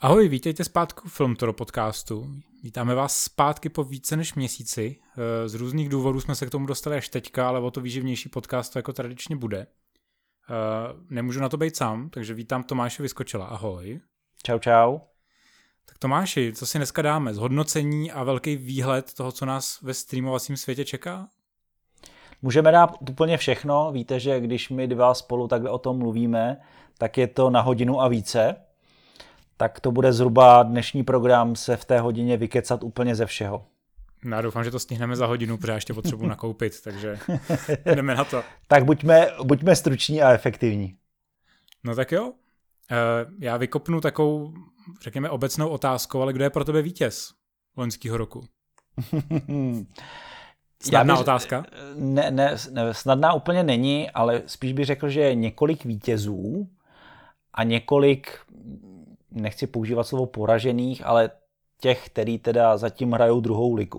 Ahoj, vítejte zpátky v Filmtoro podcastu. Vítáme vás zpátky po více než měsíci. Z různých důvodů jsme se k tomu dostali až teďka, ale o to výživnější podcast to jako tradičně bude. Nemůžu na to být sám, takže vítám Tomáše Vyskočila. Ahoj. Čau, čau. Tak Tomáši, co si dneska dáme? Zhodnocení a velký výhled toho, co nás ve streamovacím světě čeká? Můžeme dát úplně všechno. Víte, že když my dva spolu takhle o tom mluvíme, tak je to na hodinu a více. Tak to bude zhruba dnešní program se v té hodině vykecat úplně ze všeho. Já doufám, že to stihneme za hodinu, protože ještě potřebuji nakoupit, takže jdeme na to. Tak buďme struční a efektivní. No tak jo. Já vykopnu takovou, řekněme, obecnou otázkou, ale kdo je pro tebe vítěz loňského roku? Snadná otázka? Ne, snadná úplně není, ale spíš bych řekl, že je několik vítězů a několik, nechci používat slovo poražených, ale těch, který teda zatím hrajou druhou ligu.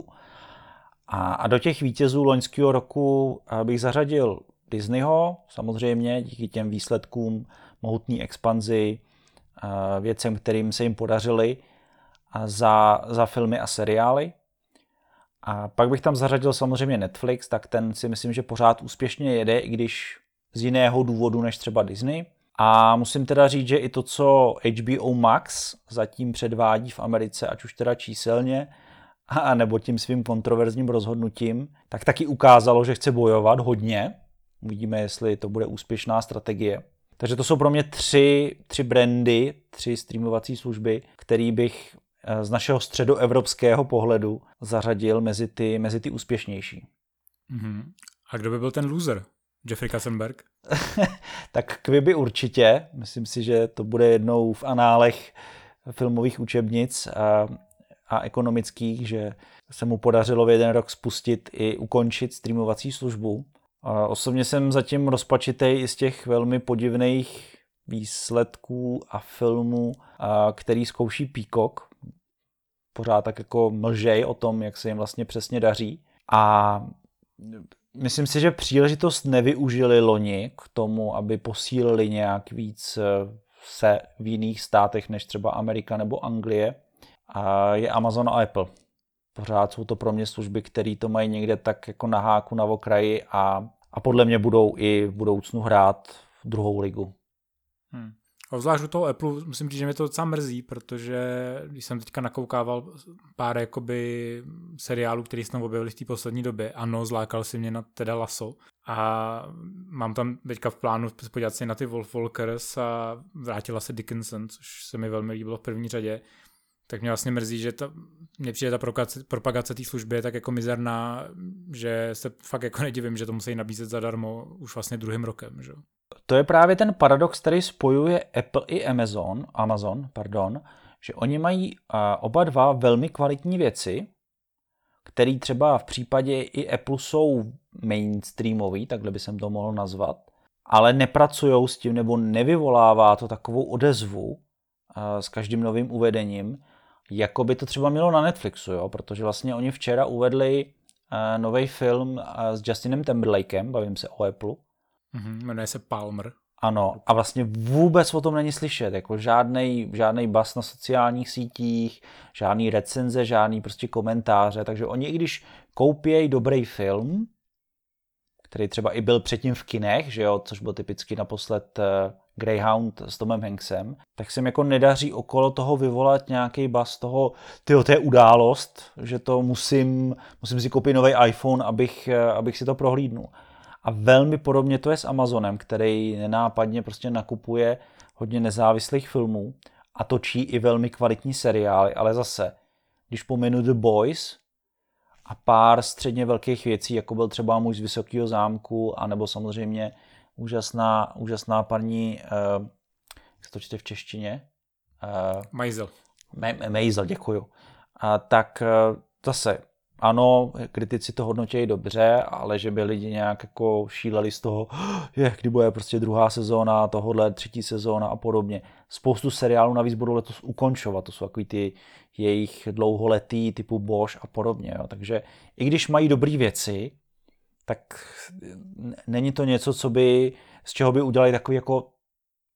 A do těch vítězů loňského roku bych zařadil Disneyho, samozřejmě díky těm výsledkům, mohutný expanzi, věcem, kterým se jim podařily za filmy a seriály. A pak bych tam zařadil samozřejmě Netflix, tak ten si myslím, že pořád úspěšně jede, i když z jiného důvodu než třeba Disney. A musím teda říct, že i to, co HBO Max zatím předvádí v Americe, ať už teda číselně, a nebo tím svým kontroverzním rozhodnutím, tak taky ukázalo, že chce bojovat hodně. Uvidíme, jestli to bude úspěšná strategie. Takže to jsou pro mě tři brandy, tři streamovací služby, který bych z našeho středoevropského pohledu zařadil mezi ty úspěšnější. Mm-hmm. A kdo by byl ten loser? Jeffrey Katzenberg? Tak Quibi určitě. Myslím si, že to bude jednou v análech filmových učebnic a ekonomických, že se mu podařilo v jeden rok spustit i ukončit streamovací službu. Osobně jsem zatím rozpačitej i z těch velmi podivných výsledků a filmů, který zkouší Peacock. Pořád tak jako mlžej o tom, jak se jim vlastně přesně daří. A myslím si, že příležitost nevyužili loni k tomu, aby posílili nějak víc se v jiných státech, než třeba Amerika nebo Anglie. A je Amazon a Apple. Pořád jsou to pro mě služby, které to mají někde tak jako na háku, na okraji a podle mě budou i v budoucnu hrát v druhou ligu. A zvlášť u toho Apple musím říct, že mě to docela mrzí, protože když jsem teďka nakoukával pár jakoby seriálů, které jsme objevili v té poslední době, ano, zlákal si mě na teda Lasso a mám tam teďka v plánu podívat se na ty Wolf Walkers a vrátila se Dickinson, což se mi velmi líbilo v první řadě. Tak mě vlastně mrzí, že mně přijde ta propagace té služby je tak jako mizerná, že se fakt jako nedivím, že to musí nabízet zadarmo už vlastně druhým rokem. Že? To je právě ten paradox, který spojuje Apple i Amazon, že oni mají oba dva velmi kvalitní věci, které třeba v případě i Apple jsou mainstreamový, takhle by jsem to mohl nazvat, ale nepracujou s tím nebo nevyvolává to takovou odezvu s každým novým uvedením, jako by to třeba mělo na Netflixu, jo? Protože vlastně oni včera uvedli nový film s Justinem Timberlakem, bavím se o Apple. Jmenuje se Palmer. Ano, a vlastně vůbec o tom není slyšet, jako žádnej bas na sociálních sítích, žádný recenze, žádný prostě komentáře, takže oni i když koupějí dobrý film, který třeba i byl předtím v kinech, že jo, což byl typicky naposled Greyhound s Tomem Hanksem, tak se mi jako nedaří okolo toho vyvolat nějaký buzz toho, to je událost, že to musím si koupit nový iPhone, abych si to prohlídnul. A velmi podobně to je s Amazonem, který nenápadně prostě nakupuje hodně nezávislých filmů a točí i velmi kvalitní seriály, ale zase, když pominu The Boys a pár středně velkých věcí, jako byl třeba Muž z vysokého zámku, anebo samozřejmě úžasná paní, jak se to čte v češtině? Maisel, děkuju. Tak zase, ano, kritici to hodnotí dobře, ale že by lidi nějak jako šíleli z toho, kdy bude prostě druhá sezóna, tohodle třetí sezóna a podobně. Spoustu seriálů navíc budou letos ukončovat, to jsou takový ty jejich dlouholetý typu Bosch a podobně. Jo. Takže i když mají dobré věci, tak není to něco, z čeho by udělali takový jako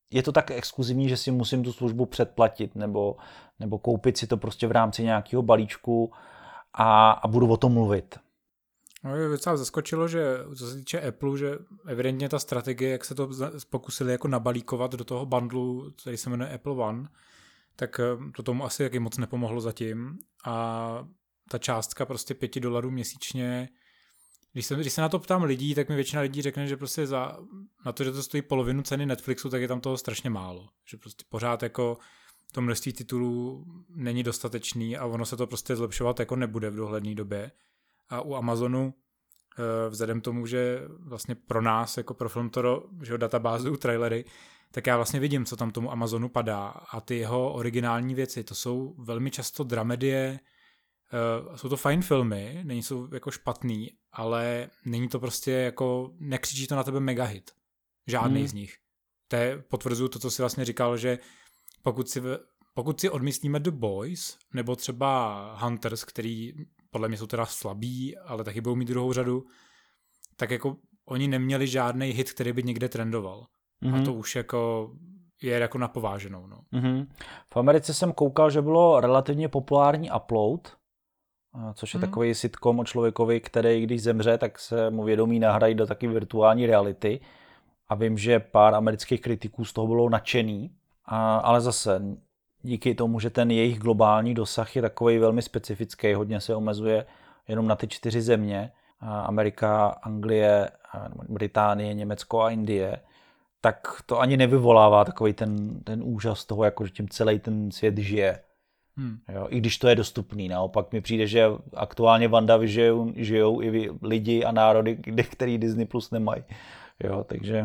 je to tak exkluzivní, že si musím tu službu předplatit nebo koupit si to prostě v rámci nějakého balíčku a budu o tom mluvit. No, mě docela zaskočilo, že co se týče Apple, že evidentně ta strategie, jak se to pokusili jako nabalíkovat do toho bundlu, který se jmenuje Apple One, tak to tomu asi taky moc nepomohlo zatím. A ta částka prostě $5 měsíčně, když se na to ptám lidí, tak mi většina lidí řekne, že prostě na to, že to stojí polovinu ceny Netflixu, tak je tam toho strašně málo. Že prostě pořád jako to množství titulů není dostatečný a ono se to prostě zlepšovat jako nebude v dohledné době. A u Amazonu, vzhledem tomu, že vlastně pro nás, jako pro Filmtoro, že databázu, trailery, tak já vlastně vidím, co tam tomu Amazonu padá a ty jeho originální věci, to jsou velmi často dramedie, jsou to fajn filmy, není jsou jako špatný, ale není to prostě jako, nekřičí to na tebe megahit. Žádný z nich. Potvrzuju to, co jsi vlastně říkal, že pokud si odmyslíme The Boys, nebo třeba Hunters, který podle mě jsou teda slabí, ale taky budou mít druhou řadu, tak jako oni neměli žádný hit, který by někde trendoval. A to už jako je jako napováženou. No. V Americe jsem koukal, že bylo relativně populární Upload, což je takový sitcom o člověkovi, který když zemře, tak se mu vědomí nahrají do taky virtuální reality. A vím, že pár amerických kritiků z toho bylo nadšený, ale zase díky tomu, že ten jejich globální dosah je takový velmi specifický, hodně se omezuje jenom na ty 4 země, Amerika, Anglie, Británie, Německo a Indie, tak to ani nevyvolává takový ten úžas toho, jako že tím celý ten svět žije. Jo, i když to je dostupný. Naopak mi přijde, že aktuálně WandaVision žijou i lidi a národy, který Disney Plus nemají. Jo, takže...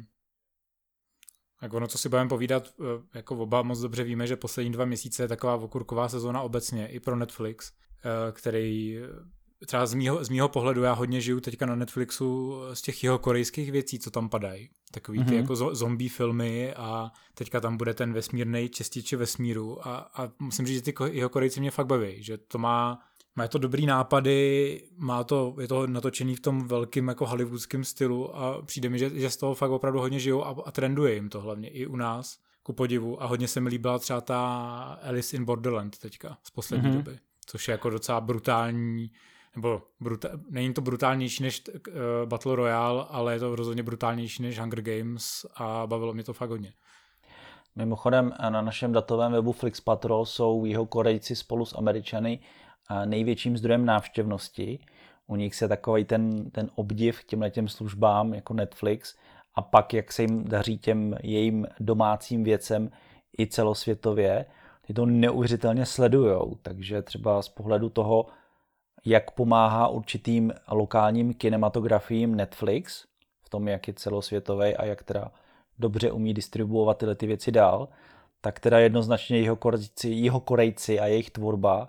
Tak ono, co si budeme povídat, jako oba moc dobře víme, že poslední 2 měsíce je taková okurková sezóna obecně i pro Netflix, který třeba z mýho pohledu, já hodně žiju teďka na Netflixu z těch jihokorejských věcí, co tam padají. Takový ty jako zombie filmy a teďka tam bude ten vesmírnej čističi vesmíru a musím říct, že ty jihokorejci mě fakt baví, že to má to dobrý nápady, je to natočený v tom velkým jako hollywoodském stylu a přijde mi, že z toho fakt opravdu hodně žijou a trenduje jim to hlavně i u nás, ku podivu. A hodně se mi líbila třeba ta Alice in Borderland teďka z poslední doby, což je jako docela brutální, nebo není to brutálnější než Battle Royale, ale je to rozhodně brutálnější než Hunger Games a bavilo mě to fakt hodně. Mimochodem na našem datovém webu Flix Patrol jsou Jihokorejci spolu s Američany největším zdrojem návštěvnosti. U nich se takový ten obdiv k těmhletěm službám jako Netflix a pak, jak se jim daří těm jejím domácím věcem i celosvětově, ty to neuvěřitelně sledujou. Takže třeba z pohledu toho, jak pomáhá určitým lokálním kinematografiím Netflix v tom, jak je celosvětový a jak teda dobře umí distribuovat tyhle ty věci dál, tak teda jednoznačně Jihokorejci a jejich tvorba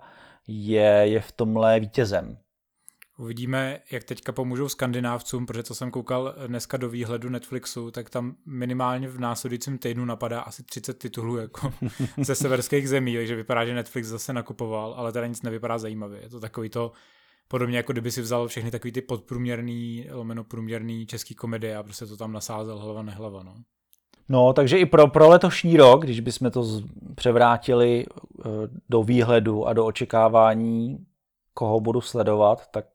je v tomhle vítězem. Uvidíme, jak teďka pomůžou Skandinávcům, protože co jsem koukal dneska do výhledu Netflixu, tak tam minimálně v následujícím týdnu napadá asi 30 titulů jako ze severských zemí, takže vypadá, že Netflix zase nakupoval, ale teda nic nevypadá zajímavě. Je to takový to podobně, jako kdyby si vzal všechny takový ty podprůměrný, průměrný český komedie a prostě to tam nasázel hlava nehlava. No, takže i pro letošní rok, když bychom to převrátili do výhledu a do očekávání, koho budu sledovat, tak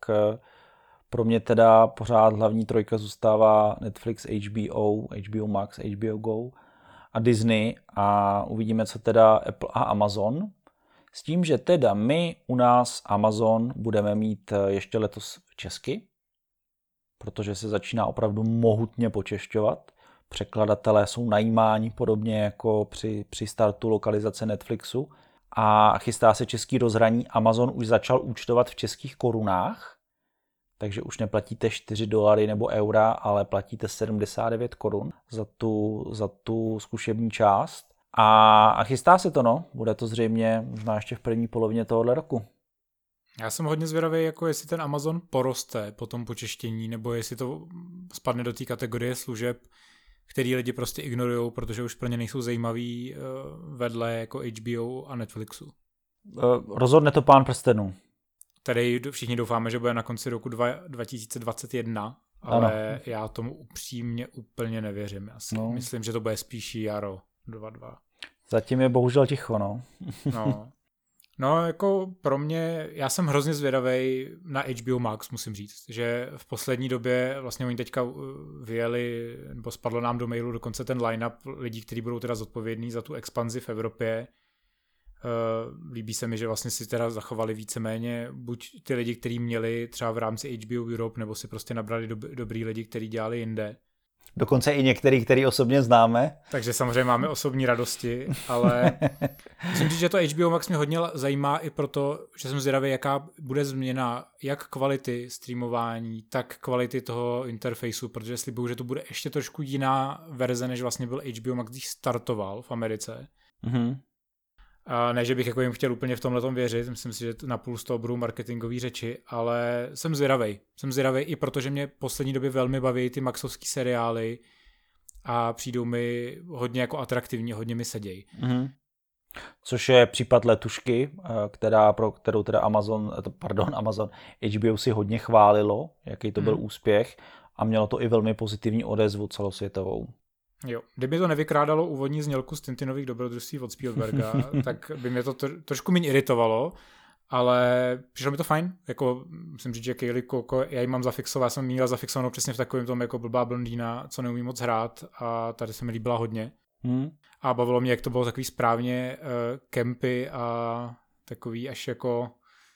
pro mě teda pořád hlavní trojka zůstává Netflix, HBO Max, HBO Go a Disney a uvidíme, co teda Apple a Amazon. S tím, že teda my u nás Amazon budeme mít ještě letos česky, protože se začíná opravdu mohutně počešťovat. Překladatelé jsou najímáni podobně jako při startu lokalizace Netflixu a chystá se český rozhraní. Amazon už začal účtovat v českých korunách, takže už neplatíte $4 nebo eura, ale platíte 79 korun za tu zkušební část. A chystá se to, bude to zřejmě možná ještě v první polovině tohohle roku. Já jsem hodně zvědavý, jako jestli ten Amazon poroste po tom počeštění, nebo jestli to spadne do té kategorie služeb, který lidi prostě ignorujou, protože už pro ně nejsou zajímavý vedle jako HBO a Netflixu. Rozhodne to Pán prstenů. Tady všichni doufáme, že bude na konci roku 2021, ale ano. já tomu upřímně úplně nevěřím. Já si myslím, že to bude spíš jaro 2.2. Zatím je bohužel ticho, no. No, jako pro mě, já jsem hrozně zvědavej na HBO Max, musím říct, že v poslední době vlastně oni teďka vyjeli, nebo spadlo nám do mailu dokonce ten line-up lidí, kteří budou teda zodpovědní za tu expanzi v Evropě. Líbí se mi, že vlastně si teda zachovali víceméně buď ty lidi, kteří měli třeba v rámci HBO Europe, nebo si prostě nabrali dobrý lidi, kteří dělali jinde. Dokonce i některý, který osobně známe. Takže samozřejmě máme osobní radosti, ale musím říct, že to HBO Max mě hodně zajímá i proto, že jsem zvědavý, jaká bude změna jak kvality streamování, tak kvality toho interfejsu, protože slibuju, že to bude ještě trošku jiná verze, než vlastně byl HBO Max, když startoval v Americe. A ne, že bych jako jim chtěl úplně v tomhletom věřit, myslím si, že napůl z toho budou marketingové řeči, ale jsem zvědavej. Jsem zvědavej i protože mě poslední době velmi baví ty maxovský seriály a přijdou mi hodně jako atraktivní, hodně mi sedějí. Což je případ Letušky, pro kterou teda Amazon, HBO si hodně chválilo, jaký to byl úspěch a mělo to i velmi pozitivní odezvu celosvětovou. Jo, kdyby to nevykrádalo úvodní znělku z Tintinových dobrodružství od Spielberga, tak by mě to trošku méně iritovalo, ale přišlo mi to fajn, jako musím říct, že Kaylee Cuoco, já ji mám zafixovanou, já jsem měl zafixovanou přesně v takovém tom jako blbá blondýna, co neumí moc hrát a tady se mi líbila hodně. A bavilo mě, jak to bylo takový správně campy a takový až jako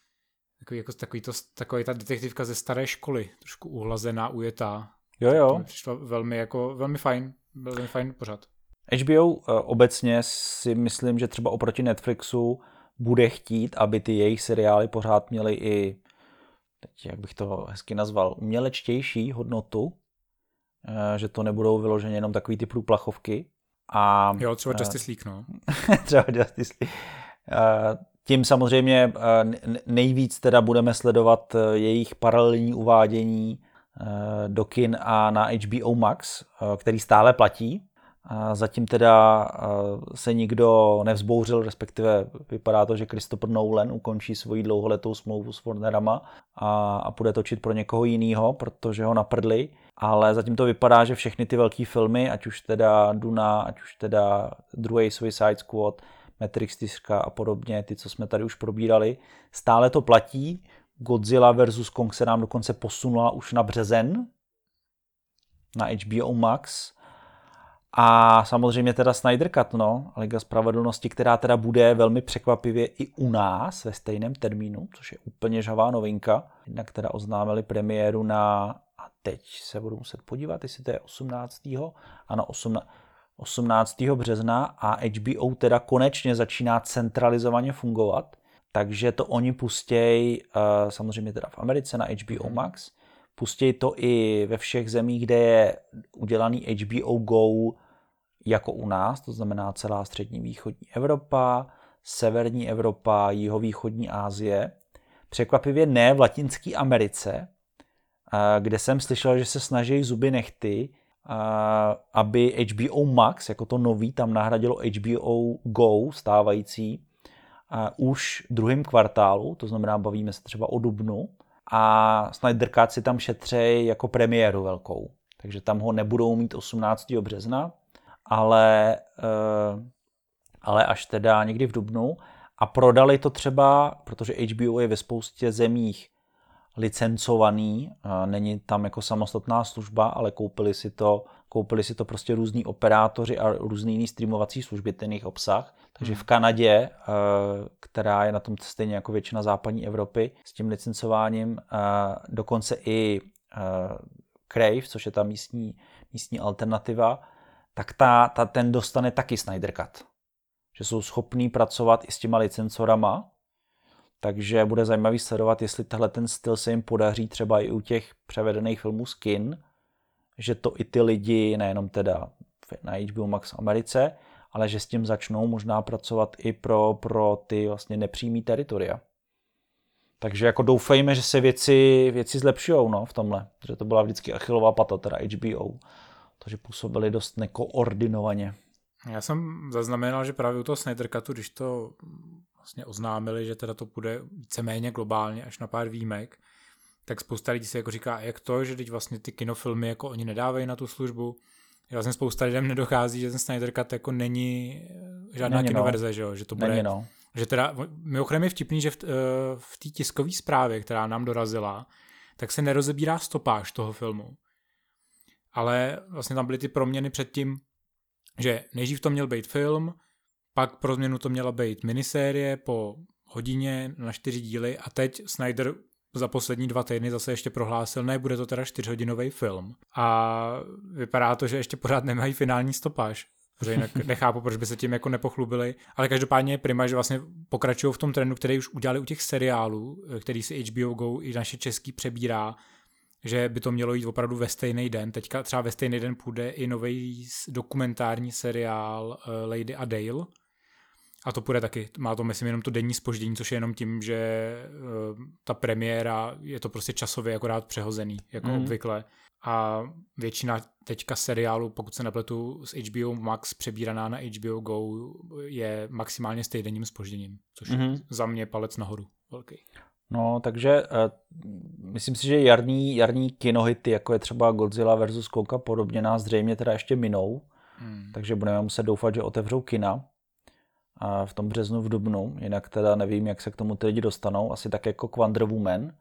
takový ta detektivka ze staré školy, trošku uhlazená, ujetá. Jo. To mi přišlo velmi fajn pořad. HBO obecně si myslím, že třeba oproti Netflixu bude chtít, aby ty jejich seriály pořád měly i, teď jak bych to hezky nazval, umělečtější hodnotu, že to nebudou vyloženě jenom takový ty průplachovky. A, jo, třeba Justice League, no. třeba Justice League. Tím samozřejmě nejvíc teda budeme sledovat jejich paralelní uvádění do kin a na HBO Max, který stále platí. Zatím teda se nikdo nevzbouřil, respektive vypadá to, že Christopher Nolan ukončí svoji dlouholetou smlouvu s Warnerama a půjde točit pro někoho jinýho, protože ho naprdli. Ale zatím to vypadá, že všechny ty velké filmy, ať už teda Duna, ať už teda druhý Suicide Squad, Matrix 4 a podobně, ty, co jsme tady už probírali, stále to platí. Godzilla vs. Kong se nám dokonce posunula už na březen na HBO Max. A samozřejmě teda Snyder Cut, Liga spravedlnosti, která teda bude velmi překvapivě i u nás ve stejném termínu, což je úplně žhavá novinka. Jednak teda oznámili premiéru a teď se budu muset podívat, jestli to je 18. března a HBO teda konečně začíná centralizovaně fungovat, takže to oni pustějí samozřejmě teda v Americe na HBO Max, pustějí to i ve všech zemích, kde je udělaný HBO Go jako u nás, to znamená celá střední východní Evropa, severní Evropa, jihovýchodní Asie. Překvapivě ne v Latinské Americe, kde jsem slyšel, že se snaží zuby nehty, aby HBO Max, jako to nový, tam nahradilo HBO Go stávající už druhým kvartálu, to znamená bavíme se třeba o dubnu, a Snyder Cut si tam šetří jako premiéru velkou. Takže tam ho nebudou mít 18. března, ale až teda někdy v dubnu. A prodali to třeba, protože HBO je ve spoustě zemích licencovaný, není tam jako samostatná služba, ale koupili si to prostě různí operátoři a různý jiný streamovací služby, ten jejich obsah. Takže v Kanadě, která je na tom stejně jako většina západní Evropy s tím licencováním, dokonce i Crave, což je ta místní alternativa, tak ten dostane taky Snyder Cut. Že jsou schopní pracovat i s těma licencorama, takže bude zajímavý sledovat, jestli tenhle ten styl se jim podaří třeba i u těch převedených filmů z kin, že to i ty lidi, nejenom teda na HBO Max v Americe, ale že s tím začnou možná pracovat i pro ty vlastně nepřímý teritoria. Takže jako doufejme, že se věci zlepšujou v tomhle, že to byla vždycky Achillová pata, teda HBO, takže působili dost nekoordinovaně. Já jsem zaznamenal, že právě u toho Snyder Cutu, když to vlastně oznámili, že teda to bude víceméně globálně až na pár výjimek, tak spousta lidí si jako říká, jak to, že teď vlastně ty kinofilmy jako oni nedávají na tu službu. Vlastně spousta lidem nedochází, že ten Snyder Cut jako není žádná kinoverze, že to bude... Že teda, mimochodem je vtipný, že v té tiskové zprávě, která nám dorazila, tak se nerozebírá stopáž toho filmu. Ale vlastně tam byly ty proměny předtím, že nejdřív to měl být film, pak pro změnu to měla být minisérie po hodině na 4 díly a teď Snyder za poslední 2 týdny zase ještě prohlásil, ne, bude to teda 4hodinový film. A vypadá to, že ještě pořád nemají finální stopáž. Protože jinak nechápu, proč by se tím jako nepochlubili. Ale každopádně je prima, že vlastně pokračují v tom trendu, který už udělali u těch seriálů, který si HBO Go i naše český přebírá, že by to mělo jít opravdu ve stejný den. Teďka třeba ve stejný den půjde i nový dokumentární seriál Lady a Dale. A to půjde taky, má to myslím jenom to denní zpoždění, což je jenom tím, že ta premiéra je to prostě časově akorát přehozený, jako obvykle. A většina teďka seriálu, pokud se nepletu, z HBO Max přebíraná na HBO Go je maximálně s týdenním zpožděním, což je za mě palec nahoru velký. No, takže myslím si, že jarní kinohity, jako je třeba Godzilla vs. Kong a podobně, nás zřejmě teda ještě minou, takže budeme muset doufat, že otevřou kina v tom březnu, v dubnu, jinak teda nevím, jak se k tomu ty lidi dostanou, asi tak jako k Wonder Woman.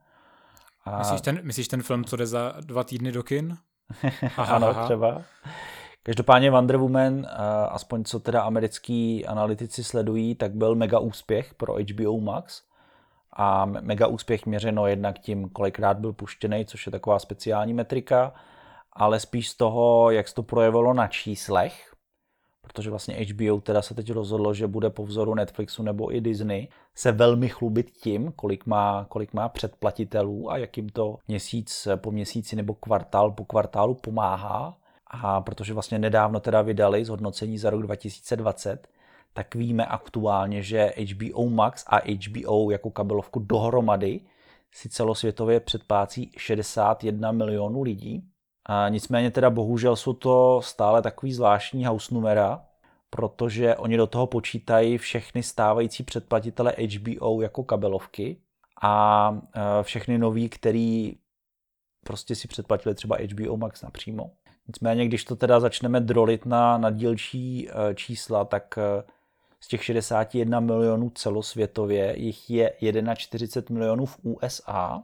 Myslíš ten film, co jde za 2 týdny do kin? Ano, třeba. Každopádně Wonder Woman, aspoň co teda americký analytici sledují, tak byl mega úspěch pro HBO Max. A mega úspěch měřeno jednak tím, kolikrát byl puštěný, což je taková speciální metrika, ale spíš z toho, jak se to projevilo na číslech, protože vlastně HBO teda se teď rozhodlo, že bude po vzoru Netflixu nebo i Disney se velmi chlubit tím, kolik má předplatitelů a jak jim to měsíc po měsíci nebo kvartál po kvartálu pomáhá. A protože vlastně nedávno teda vydali zhodnocení za rok 2020, tak víme aktuálně, že HBO Max a HBO jako kabelovku dohromady si celosvětově předplácí 61 milionů lidí. A nicméně teda bohužel jsou to stále takový zvláštní house numera, protože oni do toho počítají všechny stávající předplatitele HBO jako kabelovky a všechny noví, který prostě si předplatili třeba HBO Max napřímo. Nicméně, když to teda začneme drolit na dílčí čísla, tak z těch 61 milionů celosvětově jich je 41 milionů v USA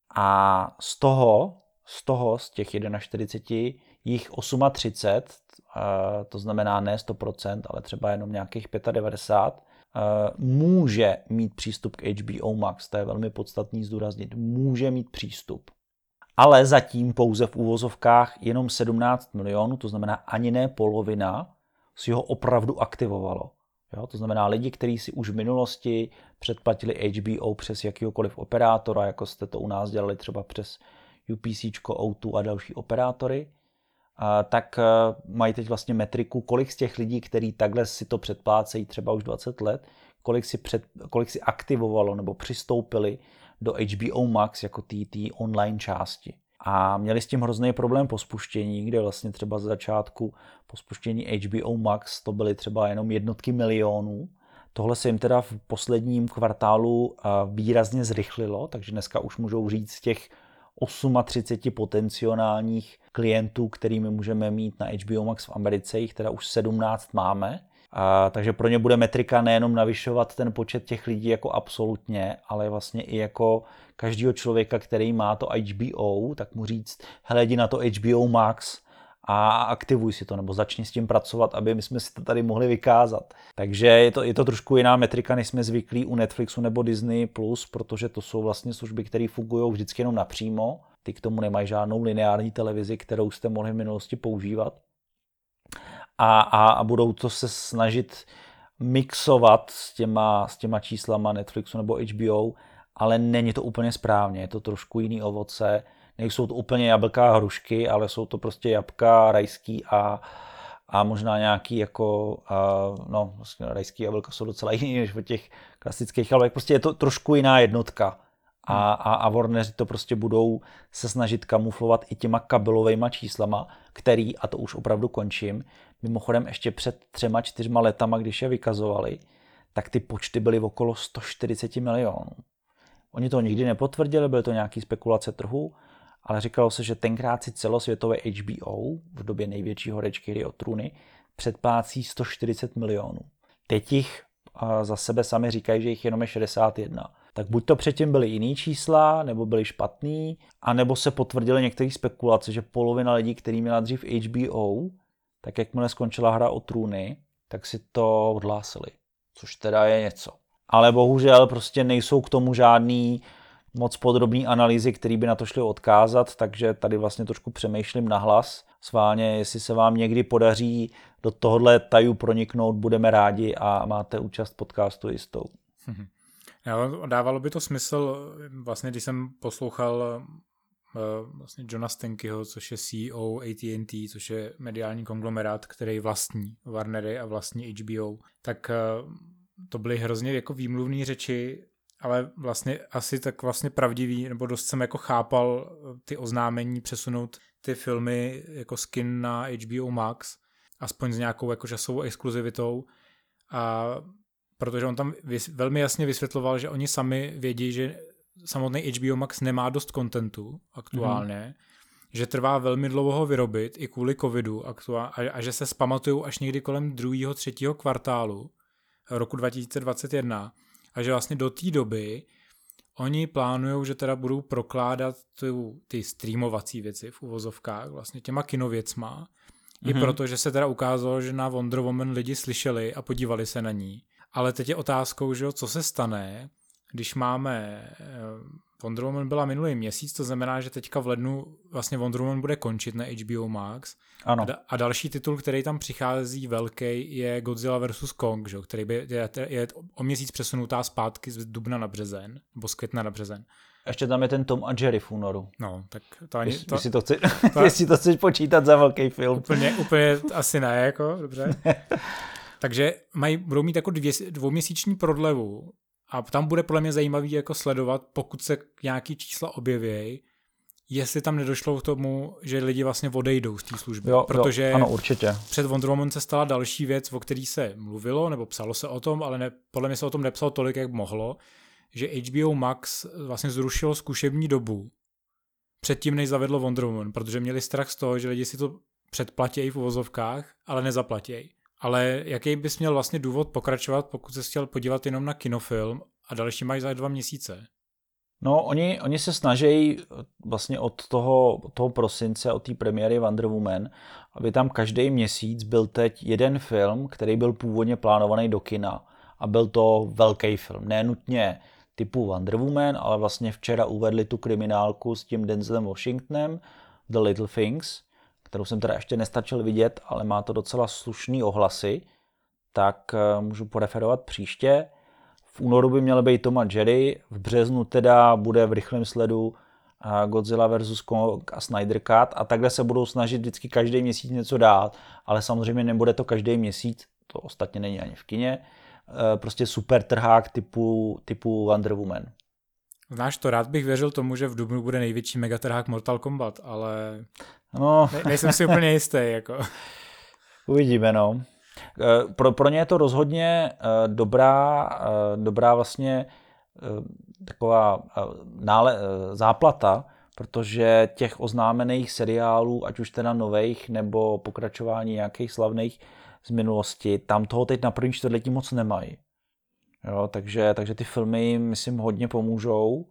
a z těch 41 jich 38, to znamená ne 100%, ale třeba jenom nějakých 95, může mít přístup k HBO Max. To je velmi podstatný zdůraznit. Může mít přístup. Ale zatím pouze v úvozovkách jenom 17 milionů, to znamená ani ne polovina, si ho opravdu aktivovalo. Jo? To znamená lidi, kteří si už v minulosti předplatili HBO přes jakýhokoliv operátora, jako jste to u nás dělali třeba přes UPC, O2 a další operátory, tak mají teď vlastně metriku, kolik z těch lidí, kteří takhle si to předplácejí třeba už 20 let, kolik si aktivovalo nebo přistoupili do HBO Max jako té online části. A měli s tím hrozný problém po spuštění, kde vlastně třeba z začátku po spuštění HBO Max to byly třeba jenom jednotky milionů. Tohle se jim teda v posledním kvartálu výrazně zrychlilo, takže dneska už můžou říct těch 38 potenciálních klientů, kterými můžeme mít na HBO Max v Americe, jich teda už 17 máme. Takže pro ně bude metrika nejenom navyšovat ten počet těch lidí jako absolutně, ale vlastně i jako každého člověka, který má to HBO, tak mu říct, hele, jdi na to HBO Max a aktivuj si to, nebo začni s tím pracovat, aby my jsme si to tady mohli vykázat. Takže je to trošku jiná metrika, než jsme zvyklí u Netflixu nebo Disney+, protože to jsou vlastně služby, které fungují vždycky jenom napřímo. Ty k tomu nemají žádnou lineární televizi, kterou jste mohli v minulosti používat. A budou to se snažit mixovat s těma číslama Netflixu nebo HBO, ale není to úplně správně, je to trošku jiný ovoce. Nejsou to úplně jablka a hrušky, ale jsou to prostě jabka, rajský a možná nějaký jako, vlastně rajský jablka jsou docela jiný než od těch klasických jablek. Prostě je to trošku jiná jednotka. A Warneri to prostě budou se snažit kamuflovat i těma kabelovejma číslama, který, a to už opravdu končím, mimochodem ještě před 3-4 letama, když je vykazovali, tak ty počty byly okolo 140 milionů. Oni to nikdy nepotvrdili, byly to nějaké spekulace trhu, ale říkalo se, že tenkrát si celosvětové HBO v době největší horečky Hry o trůny předplácí 140 milionů. Teď jich za sebe sami říkají, že jich jenom je 61. Tak buď to předtím byly jiný čísla, nebo byly špatný, anebo se potvrdily některé spekulace, že polovina lidí, který měla dřív HBO, tak jakmile skončila Hra o trůny, tak si to odhlásili. Což teda je něco. Ale bohužel prostě nejsou k tomu žádný moc podrobný analýzy, které by na to šly odkázat, takže tady vlastně trošku přemýšlím nahlas. Sválně, jestli se vám někdy podaří do tohohle taju proniknout, budeme rádi a máte účast podcastu jistou. Dávalo by to smysl, vlastně když jsem poslouchal vlastně Johna Stenkyho, což je CEO AT&T, což je mediální konglomerát, který vlastní Warnery a vlastní HBO, tak to byly hrozně jako výmluvné řeči, ale vlastně asi tak vlastně pravdivý, nebo dost jsem jako chápal ty oznámení přesunout ty filmy jako skin na HBO Max, aspoň s nějakou jako časovou exkluzivitou, a protože on tam velmi jasně vysvětloval, že oni sami vědí, že samotný HBO Max nemá dost kontentu aktuálně, že trvá velmi dlouho ho vyrobit i kvůli covidu a že se spamatujou až někdy kolem 2. 3. kvartálu roku 2021 a že vlastně do té doby oni plánujou, že teda budou prokládat ty streamovací věci v uvozovkách vlastně těma kinověcma, i proto, že se teda ukázalo, že na Wonder Woman lidi slyšeli a podívali se na ní. Ale teď je otázkou, že co se stane, když máme Wonder Woman byla minulý měsíc, to znamená, že teďka v lednu vlastně Wonder Woman bude končit na HBO Max. Ano. A další titul, který tam přichází velký, je Godzilla vs. Kong, že? Který je o měsíc přesunutá zpátky z dubna na březen, nebo z května na březen. Ještě tam je ten Tom a Jerry v únoru. No, tak to ani... Jestli to chceš počítat za velký film. Úplně asi ne, jako, dobře. Takže budou mít jako dvouměsíční prodlevu a tam bude podle mě zajímavý jako sledovat, pokud se nějaký čísla objevějí, jestli tam nedošlo k tomu, že lidi vlastně odejdou z té služby. Protože ano, určitě. Před Wonder Woman se stala další věc, o který se mluvilo, nebo psalo se o tom, ale podle mě se o tom nepsalo tolik, jak mohlo, že HBO Max vlastně zrušilo zkušební dobu předtím, než zavedlo Wonder Woman, protože měli strach z toho, že lidi si to předplatějí v uvozovkách, ale nezaplatějí. Ale jaký bys měl vlastně důvod pokračovat, pokud se chtěl podívat jenom na kinofilm a další mají za 2 měsíce? No, oni se snaží vlastně od toho prosince, od té premiéry Wonder Woman, aby tam každý měsíc byl teď jeden film, který byl původně plánovaný do kina. A byl to velký film. Ne nutně typu Wonder Woman, ale vlastně včera uvedli tu kriminálku s tím Denzelem Washingtonem, The Little Things, kterou jsem teda ještě nestačil vidět, ale má to docela slušný ohlasy, tak můžu poreferovat příště. V únoru by měl být Tom a Jerry, v březnu teda bude v rychlém sledu Godzilla vs. Kong a Snyder Cut a takhle se budou snažit vždycky každý měsíc něco dát, ale samozřejmě nebude to každý měsíc, to ostatně není ani v kině, prostě super trhák typu Wonder Woman. Znáš to, rád bych věřil tomu, že v dubnu bude největší megatrhák Mortal Kombat, ale no. nejsem si úplně jistý. Jako. Uvidíme, no. Pro ně je to rozhodně dobrá vlastně taková záplata, protože těch oznámených seriálů, ať už teda nových, nebo pokračování nějakých slavných z minulosti, tam toho teď na první čtvrtletí moc nemají. Jo, takže ty filmy jim, myslím, hodně pomůžou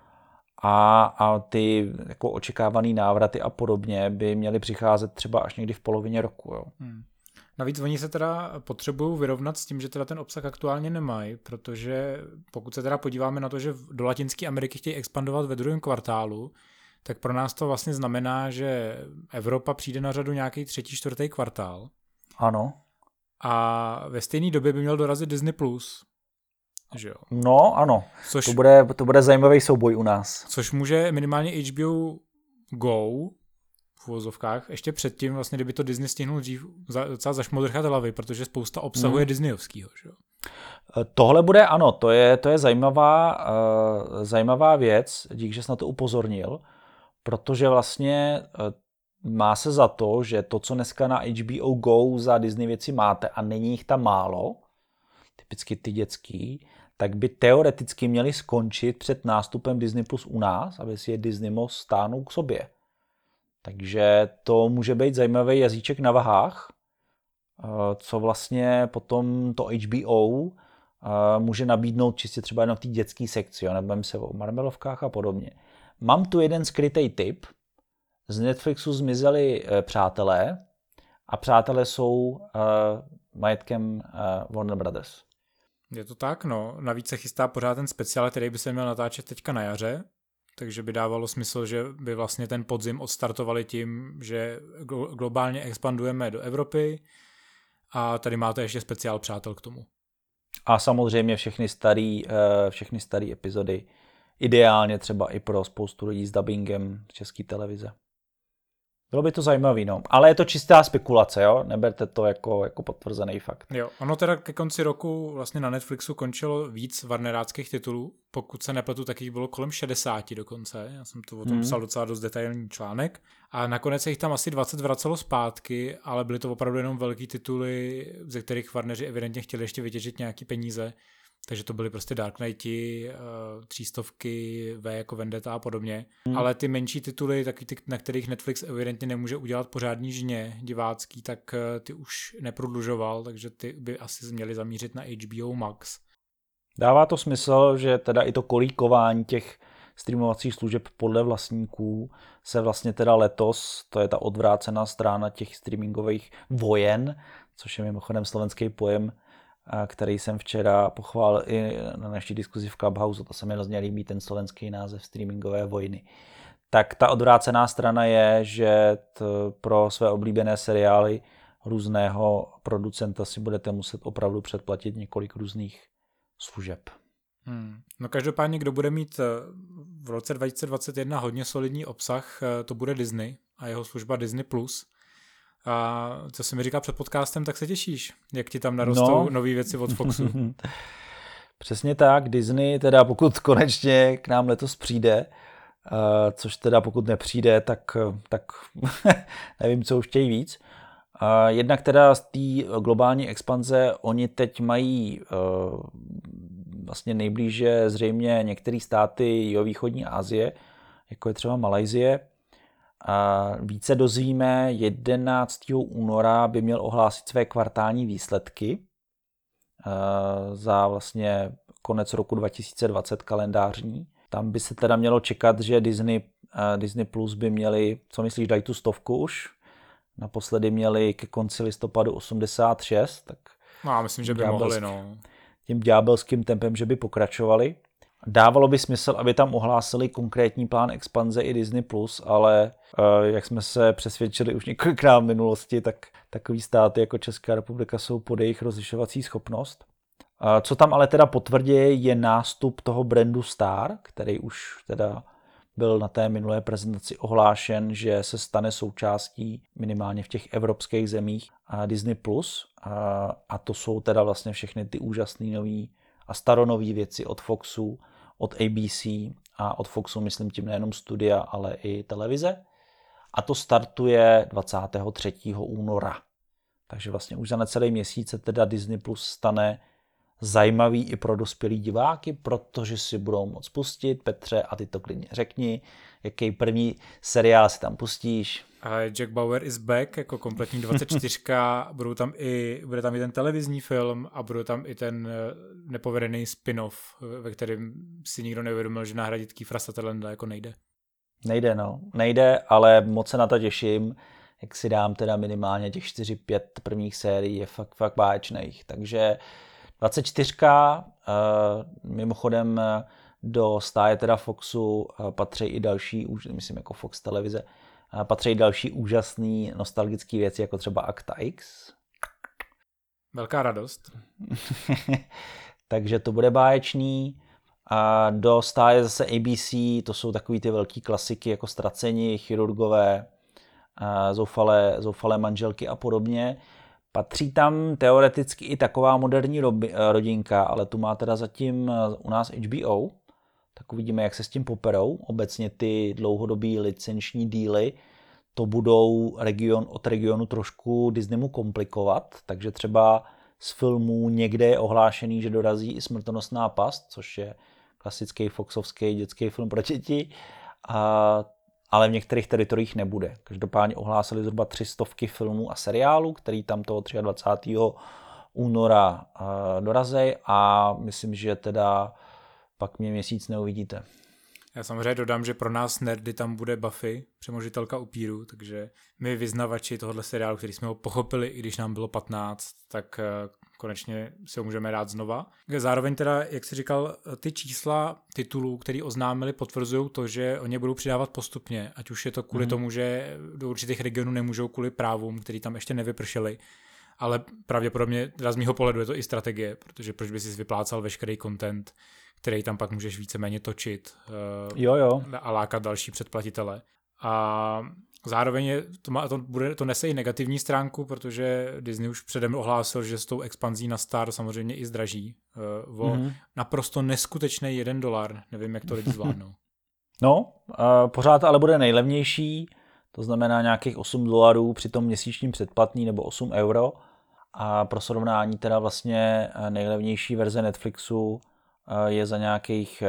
a ty jako očekávaný návraty a podobně by měly přicházet třeba až někdy v polovině roku. Jo. Navíc oni se teda potřebují vyrovnat s tím, že teda ten obsah aktuálně nemají, protože pokud se teda podíváme na to, že do Latinské Ameriky chtějí expandovat ve 2. kvartálu, tak pro nás to vlastně znamená, že Evropa přijde na řadu nějaký 3., 4. kvartál. Ano. A ve stejné době by měl dorazit Disney+. Že jo? No, ano. To bude zajímavý souboj u nás. Což může minimálně HBO Go v uvozovkách ještě předtím, vlastně, kdyby to Disney stihnul dřív, docela zašmodrchat hlavy, protože spousta obsahu je disneyovskýho. Že jo? Tohle bude, ano, to je zajímavá věc, díky, že jsi na to upozornil, protože vlastně má se za to, že to, co dneska na HBO Go za Disney věci máte, a není jich tam málo, typicky ty dětský, tak by teoreticky měly skončit před nástupem Disney Plus u nás, aby si je Disney mohl stáhnout k sobě. Takže to může být zajímavý jazyček na vahách, co vlastně potom to HBO může nabídnout čistě třeba jenom v té dětské sekci, nebudeme se o Marvelovkách a podobně. Mám tu jeden skrytý tip. Z Netflixu zmizeli Přátelé a Přátelé jsou majetkem Warner Brothers. Je to tak, no. Navíc se chystá pořád ten speciál, který by se měl natáčet teďka na jaře, takže by dávalo smysl, že by vlastně ten podzim odstartovali tím, že globálně expandujeme do Evropy a tady máte ještě speciál Přátel k tomu. A samozřejmě všechny staré epizody. Ideálně třeba i pro spoustu lidí s dubbingem z České televize. Bylo by to zajímavý, no. Ale je to čistá spekulace, jo? Neberte to jako potvrzený fakt. Jo, ono teda ke konci roku vlastně na Netflixu končilo víc warneráckých titulů. Pokud se nepletu, tak jich bylo kolem 60 dokonce. Já jsem to o tom psal docela dost detailní článek. A nakonec se jich tam asi 20 vracelo zpátky, ale byly to opravdu jenom velký tituly, ze kterých Warneri evidentně chtěli ještě vytěžit nějaký peníze. Takže to byly prostě Dark Knighti, 300, V jako Vendetta a podobně. Ale ty menší tituly, taky ty, na kterých Netflix evidentně nemůže udělat pořádný žně divácký, tak ty už neprodlužoval, takže ty by asi měli zamířit na HBO Max. Dává to smysl, že teda i to kolíkování těch streamovacích služeb podle vlastníků se vlastně teda letos, to je ta odvrácená strana těch streamingových vojen, což je mimochodem slovenský pojem, který jsem včera pochválil i na naší diskuzi v Clubhouse, to se mi hrozně líbí, ten slovenský název streamingové vojny. Tak ta odvrácená strana je, že pro své oblíbené seriály různého producenta si budete muset opravdu předplatit několik různých služeb. No každopádně, kdo bude mít v roce 2021 hodně solidní obsah, to bude Disney a jeho služba Disney+. A co jsi mi říkal před podcastem, tak se těšíš, jak ti tam narostou nové věci od Foxu. Přesně tak, Disney, teda pokud konečně k nám letos přijde, což teda pokud nepřijde, tak nevím, co už chtějí víc. Jednak teda z té globální expanze, oni teď mají vlastně nejblíže zřejmě některé státy jihovýchodní Asie, jako je třeba Malajsie. Více dozvíme 11. února by měl ohlásit své kvartální výsledky za vlastně konec roku 2020 kalendářní. Tam by se teda mělo čekat, že Disney Plus by měli, co myslíš, dají tu 100 už? Naposledy měli ke konci listopadu 86, tak já myslím, že by mohli, no. Tím ďábelským tempem, že by pokračovali. Dávalo by smysl, aby tam ohlásili konkrétní plán expanze i Disney+, ale jak jsme se přesvědčili už několikrát v minulosti, tak takový státy jako Česká republika jsou pod jejich rozlišovací schopnost. Co tam ale teda potvrdí, je nástup toho brandu Star, který už teda byl na té minulé prezentaci ohlášen, že se stane součástí minimálně v těch evropských zemích Disney+. A to jsou teda vlastně všechny ty úžasné nový a staronový věci od Foxu, od ABC a od Foxu myslím tím nejenom studia, ale i televize. A to startuje 23. února. Takže vlastně už za necelý měsíc se teda Disney Plus stane zajímavý i pro dospělý diváky, protože si budou moct pustit. Petře, a ty to klidně řekni, jaký první seriál si tam pustíš. Jack Bauer is back, jako kompletní 24, bude tam i ten televizní film a bude tam i ten nepovedený spin-off, ve kterém si nikdo neuvědomil, že nahradit Kiefer'a Sutherlanda jako nejde. Nejde, ale moc se na to těším, jak si dám teda minimálně těch 4-5 prvních sérií, je fakt báječných. Takže 24, mimochodem do stáje teda Foxu patří i další, myslím jako Fox televize, patří další úžasný nostalgické věci, jako třeba Akta X. Velká radost. Takže to bude báječný. A do stáje zase ABC, to jsou takový ty velký klasiky jako Ztraceni, Chirurgové, zoufalé manželky a podobně. Patří tam teoreticky i taková moderní rodinka, ale tu má teda zatím u nás HBO. Tak uvidíme, jak se s tím poperou. Obecně ty dlouhodobý licenční díly to budou od regionu trošku Disneymu komplikovat, takže třeba z filmů. Někde je ohlášený, že dorazí i Smrtonosná past, což je klasický foxovský dětský film pro děti, ale v některých teritoriích nebude. Každopádně ohlásili zhruba 300 filmů a seriálů, který tam toho 23. února dorazí a myslím, že teda pak mě měsíc neuvidíte. Já samozřejmě dodám, že pro nás nerdy tam bude Buffy, přemožitelka upíru, takže my vyznavači tohohle seriálu, který jsme ho pochopili, i když nám bylo 15, tak konečně si ho můžeme dát znova. Zároveň teda, jak jsi říkal, ty čísla titulů, který oznámili, potvrzují to, že oni budou přidávat postupně, ať už je to kvůli tomu, že do určitých regionů nemůžou kvůli právům, který tam ještě nevypršely, ale pravděpodobně teda z mýho pohledu je to i strategie, protože proč by si vyplácal veškerý content, který tam pak můžeš víceméně točit a lákat další předplatitele. A zároveň to nese i negativní stránku, protože Disney už předem ohlásil, že s tou expanzí na Star samozřejmě i zdraží. Naprosto neskutečný $1. Nevím, jak to lidi zvládnou. No, pořád ale bude nejlevnější, to znamená nějakých $8 při tom měsíčním předplatný nebo €8. A pro srovnání teda vlastně nejlevnější verze Netflixu je za nějakých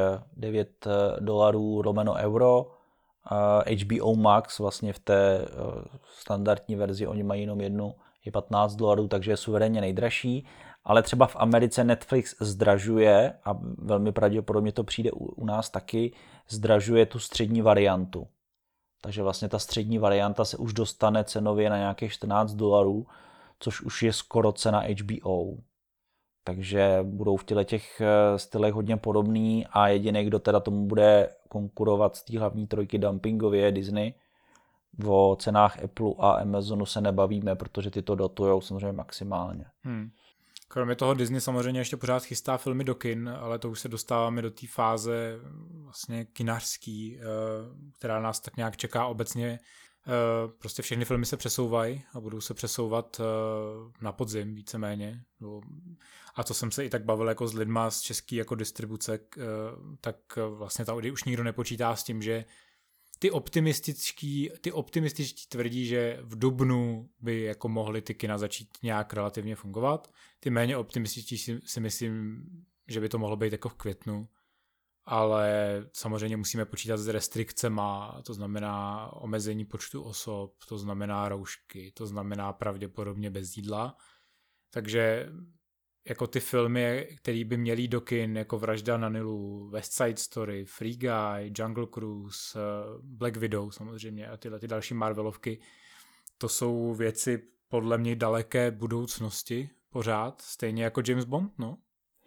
$9 HBO Max vlastně v té standardní verzi, oni mají jenom jednu, je $15, takže je suverénně nejdražší, ale třeba v Americe Netflix zdražuje a velmi pravděpodobně to přijde u nás taky, zdražuje tu střední variantu. Takže vlastně ta střední varianta se už dostane cenově na nějakých $14, což už je skoro cena HBO. Takže budou v těch stylech hodně podobný a jediný, kdo teda tomu bude konkurovat z té hlavní trojky dumpingově, je Disney. O cenách Apple a Amazonu se nebavíme, protože ty to dotujou samozřejmě maximálně. Kromě toho Disney samozřejmě ještě pořád chystá filmy do kin, ale to už se dostáváme do té fáze vlastně kinařský, která nás tak nějak čeká obecně. Prostě všechny filmy se přesouvají a budou se přesouvat na podzim víceméně. A to jsem se i tak bavil jako s lidma z český jako distribuce, tak vlastně tady už nikdo nepočítá s tím, že ty optimističtí tvrdí, že v dubnu by jako mohly ty kina začít nějak relativně fungovat. Ty méně optimističtí si myslím, že by to mohlo být jako v květnu. Ale samozřejmě musíme počítat s restrikcema, to znamená omezení počtu osob, to znamená roušky, to znamená pravděpodobně bez jídla. Takže jako ty filmy, které by měly do kin, jako Vražda na Nilu, West Side Story, Free Guy, Jungle Cruise, Black Widow samozřejmě a tyhle ty další Marvelovky, to jsou věci podle mě daleké budoucnosti pořád, stejně jako James Bond, no.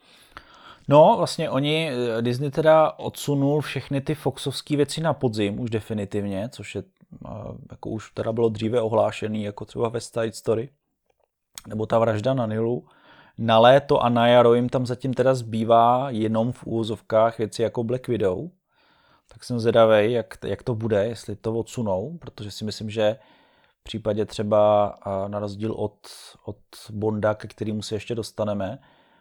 No, vlastně Disney teda odsunul všechny ty foxovské věci na podzim už definitivně, což je, jako už teda bylo dříve ohlášený, jako třeba West Side Story, nebo ta Vražda na Nilu. Na léto a na jaro jim tam zatím teda zbývá jenom v úvozovkách věci jako Black Widow. Tak jsem zvědavej, jak to bude, jestli to odsunou, protože si myslím, že v případě třeba na rozdíl od Bonda, ke kterému se ještě dostaneme,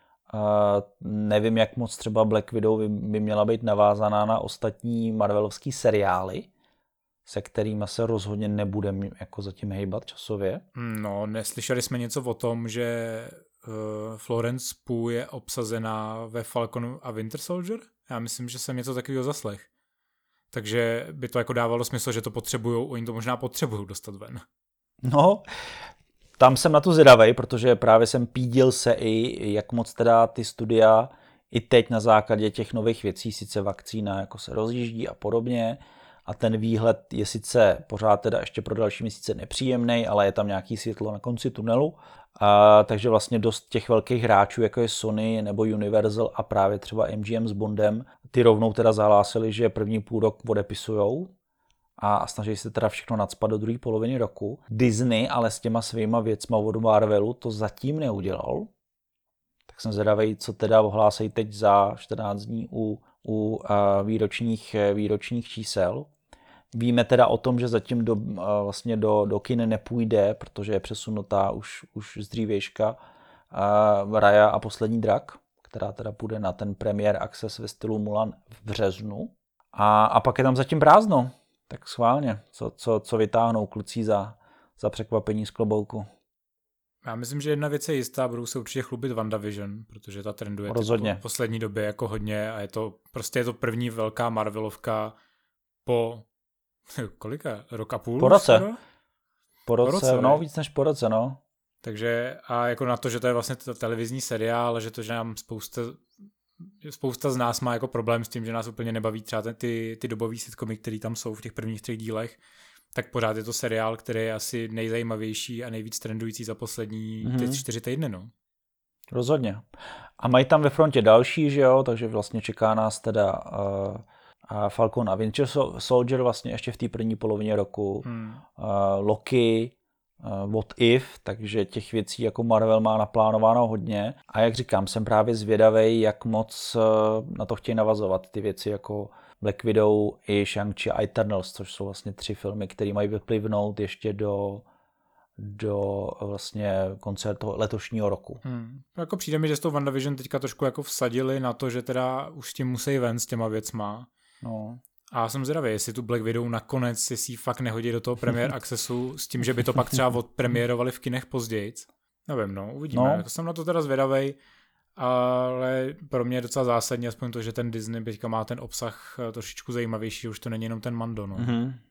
nevím, jak moc třeba Black Widow by měla být navázaná na ostatní marvelovský seriály, se kterými se rozhodně nebudeme jako zatím hejbat časově. No, neslyšeli jsme něco o tom, že Florence Pugh je obsazená ve Falconu a Winter Soldier? Já myslím, že jsem něco takového zaslech. Takže by to jako dávalo smysl, že to potřebujou, oni to možná potřebují dostat ven. No, tam jsem na to zvědavej, protože právě jsem pídil se i, jak moc teda ty studia i teď na základě těch nových věcí, sice vakcína jako se rozjíždí a podobně, a ten výhled je sice pořád teda ještě pro další měsíce nepříjemný, ale je tam nějaký světlo na konci tunelu, takže vlastně dost těch velkých hráčů, jako je Sony nebo Universal a právě třeba MGM s Bondem, ty rovnou teda zahlásili, že první půl rok odepisujou a snaží se teda všechno nacpat do druhé poloviny roku. Disney ale s těma svýma věcma od Marvelu to zatím neudělal. Tak jsem zvědavej, co teda ohlásí teď za 14 dní u výročních čísel. Víme teda o tom, že zatím do kin nepůjde, protože je přesunutá už z dřívějška Raya a poslední drak, která teda půjde na ten premiér access ve stylu Mulan v březnu. A pak je tam zatím prázdno. Tak schválně, co vytáhnou kluci za překvapení z klobouku. Já myslím, že jedna věc je jistá, budou se určitě chlubit WandaVision, protože ta trenduje v poslední době jako hodně a je to první velká Marvelovka po kolika? Rok a půl? Po roce. Po roce, no víc než po roce, no. Takže a jako na to, že to je vlastně televizní seriál, že to, že nám spousta z nás má jako problém s tím, že nás úplně nebaví třeba ty dobový sitcomy, které tam jsou v těch prvních 3 dílech, tak pořád je to seriál, který je asi nejzajímavější a nejvíc trendující za poslední 4 týdny, no. Rozhodně. A mají tam ve frontě další, že jo, takže vlastně čeká nás teda Falcon a Winter Soldier vlastně ještě v té první polovině roku, Loki, What If, takže těch věcí jako Marvel má naplánováno hodně a jak říkám, jsem právě zvědavej, jak moc na to chtějí navazovat ty věci jako Black Widow i Shang-Chi a Eternals, což jsou vlastně 3 filmy, které mají vyplivnout ještě do vlastně konce toho letošního roku. Jako přijde mi, že s tou WandaVision teďka trošku jako vsadili na to, že teda už s tím musí ven s těma věcma. No. A jsem zvědavý, jestli tu Black Widow nakonec si ji fakt nehodí do toho premiér accessu s tím, že by to pak třeba odpremiérovali v kinech později. Nevím, no, uvidíme. No. Jako jsem na to teda zvědavej, ale pro mě je docela zásadní aspoň to, že ten Disney teďka má ten obsah trošičku zajímavější, už to není jenom ten Mando, no.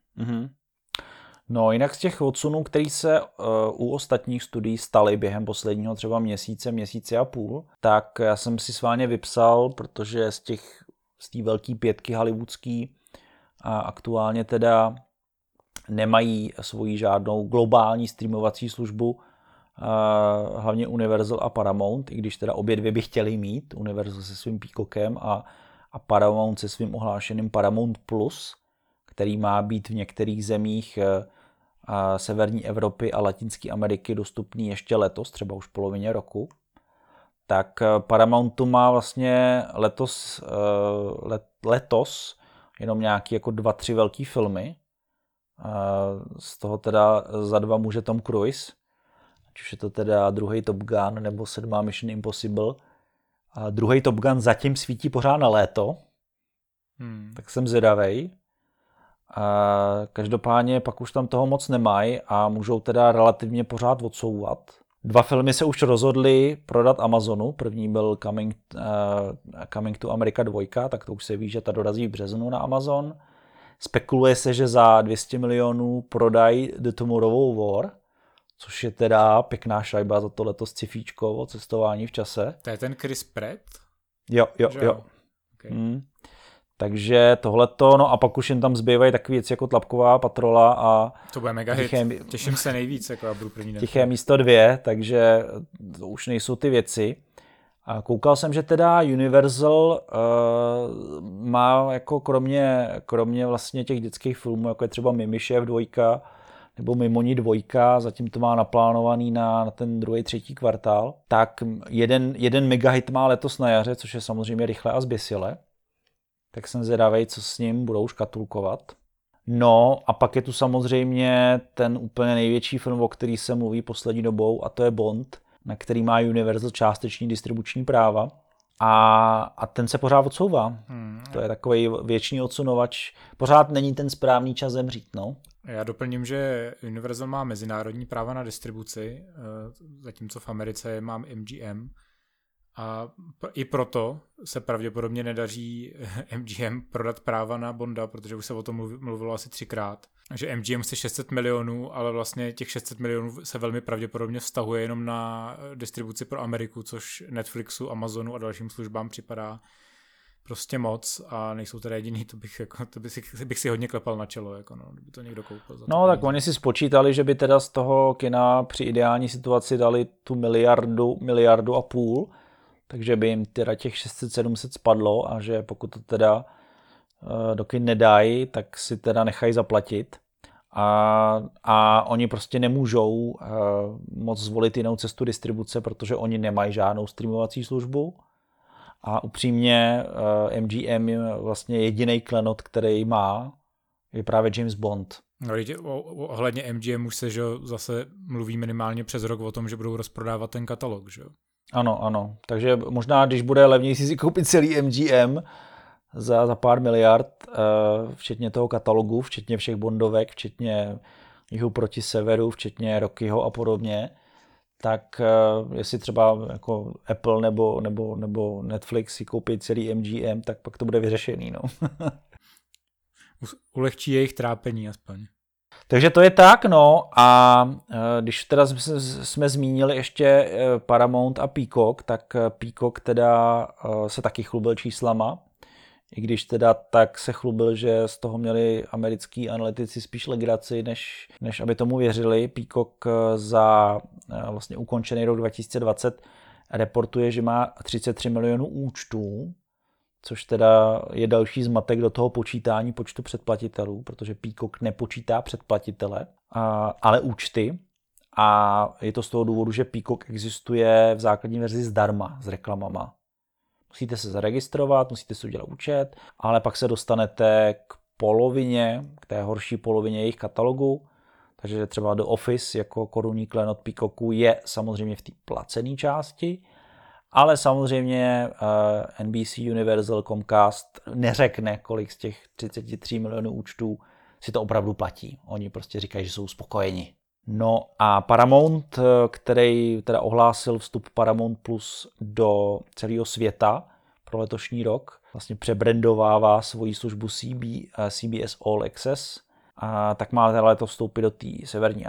No, jinak z těch odsunů, který se u ostatních studií staly během posledního třeba měsíce a půl, tak já jsem si sválně vypsal, protože z té velké 5 hollywoodský a aktuálně teda nemají svoji žádnou globální streamovací službu, hlavně Universal a Paramount, i když teda obě dvě by chtěli mít, Universal se svým Peacockem a Paramount se svým ohlášeným Paramount Plus, který má být v některých zemích severní Evropy a Latinské Ameriky dostupný ještě letos, třeba už v polovině roku. Tak Paramountu má vlastně letos jenom nějaký jako 2-3 velký filmy. Z toho teda za 2 může Tom Cruise, ať už je to teda druhý Top Gun nebo 7. Mission Impossible. Druhý Top Gun zatím svítí pořád na léto, tak jsem zvědavej. Každopádně pak už tam toho moc nemají a můžou teda relativně pořád odsouvat. 2 filmy se už rozhodli prodat Amazonu. První byl Coming to America 2, tak to už se ví, že ta dorazí v březnu na Amazon. Spekuluje se, že za 200 milionů prodají The Tomorrow War, což je teda pěkná šajba za tohleto scifíčko o cestování v čase. To je ten Chris Pratt? Jo. Okay. Takže tohleto, no a pak už jen tam zbývají takové věci jako Tlapková patrola a... To bude mega hit, těším se nejvíc, jako já budu první den. Tiché místo 2, takže to už nejsou ty věci. A koukal jsem, že teda Universal má jako kromě vlastně těch dětských filmů, jako je třeba Mimišev 2 nebo Mimoni 2, zatím to má naplánovaný na ten 2., 3. kvartál, tak jeden megahit má letos na jaře, což je samozřejmě Rychle a zběsile. Tak jsem zvědavej, co s ním budou škatulkovat. No a pak je tu samozřejmě ten úplně největší film, o který se mluví poslední dobou, a to je Bond, na který má Universal částeční distribuční práva. A ten se pořád odsouvá. To je takový věčný odsunovač. Pořád není ten správný čas zemřít, no. Já doplním, že Universal má mezinárodní práva na distribuci, zatímco v Americe mám MGM. A i proto se pravděpodobně nedaří MGM prodat práva na Bonda, protože už se o tom mluvilo asi 3krát. Že MGM chce 600 milionů, ale vlastně těch 600 milionů se velmi pravděpodobně vztahuje jenom na distribuci pro Ameriku, což Netflixu, Amazonu a dalším službám připadá prostě moc a nejsou teda jediný, to bych si hodně klepal na čelo, jako no, kdyby to někdo koupil. No tak oni si spočítali, že by teda z toho kina při ideální situaci dali tu miliardu a půl, takže by jim teda těch 600-700 spadlo a že pokud to teda dokud nedají, tak si teda nechají zaplatit. A oni prostě nemůžou moc zvolit jinou cestu distribuce, protože oni nemají žádnou streamovací službu. A upřímně MGM je vlastně jediný klenot, který má, je právě James Bond. No, ohledně MGM už se že zase mluví minimálně přes rok o tom, že budou rozprodávat ten katalog, že jo? Ano. Takže možná, když bude levnější si koupit celý MGM za pár miliard, včetně toho katalogu, včetně všech Bondovek, včetně Jihu proti severu, včetně Rockyho a podobně, tak jestli třeba jako Apple nebo Netflix si koupí celý MGM, tak pak to bude vyřešený. No. Ulehčí jejich trápení aspoň. Takže to je tak, no a když teda jsme zmínili ještě Paramount a Peacock, tak Peacock teda se taky chlubil číslama, i když teda tak se chlubil, že z toho měli americký analytici spíš legraci, než aby tomu věřili. Peacock za vlastně ukončený rok 2020 reportuje, že má 33 milionů účtů, což teda je další zmatek do toho počítání počtu předplatitelů, protože Peacock nepočítá předplatitele, ale účty. A je to z toho důvodu, že Peacock existuje v základní verzi zdarma s reklamama. Musíte se zaregistrovat, musíte si udělat účet, ale pak se dostanete k polovině, k té horší polovině jejich katalogu. Takže třeba The Office jako korunní klen od Peacocku je samozřejmě v té placené části, ale samozřejmě NBC Universal Comcast neřekne, kolik z těch 33 milionů účtů si to opravdu platí. Oni prostě říkají, že jsou spokojeni. No a Paramount, který teda ohlásil vstup Paramount Plus do celého světa pro letošní rok, vlastně přebrandovává svoji službu CBS All Access, tak má letos vstoupit do té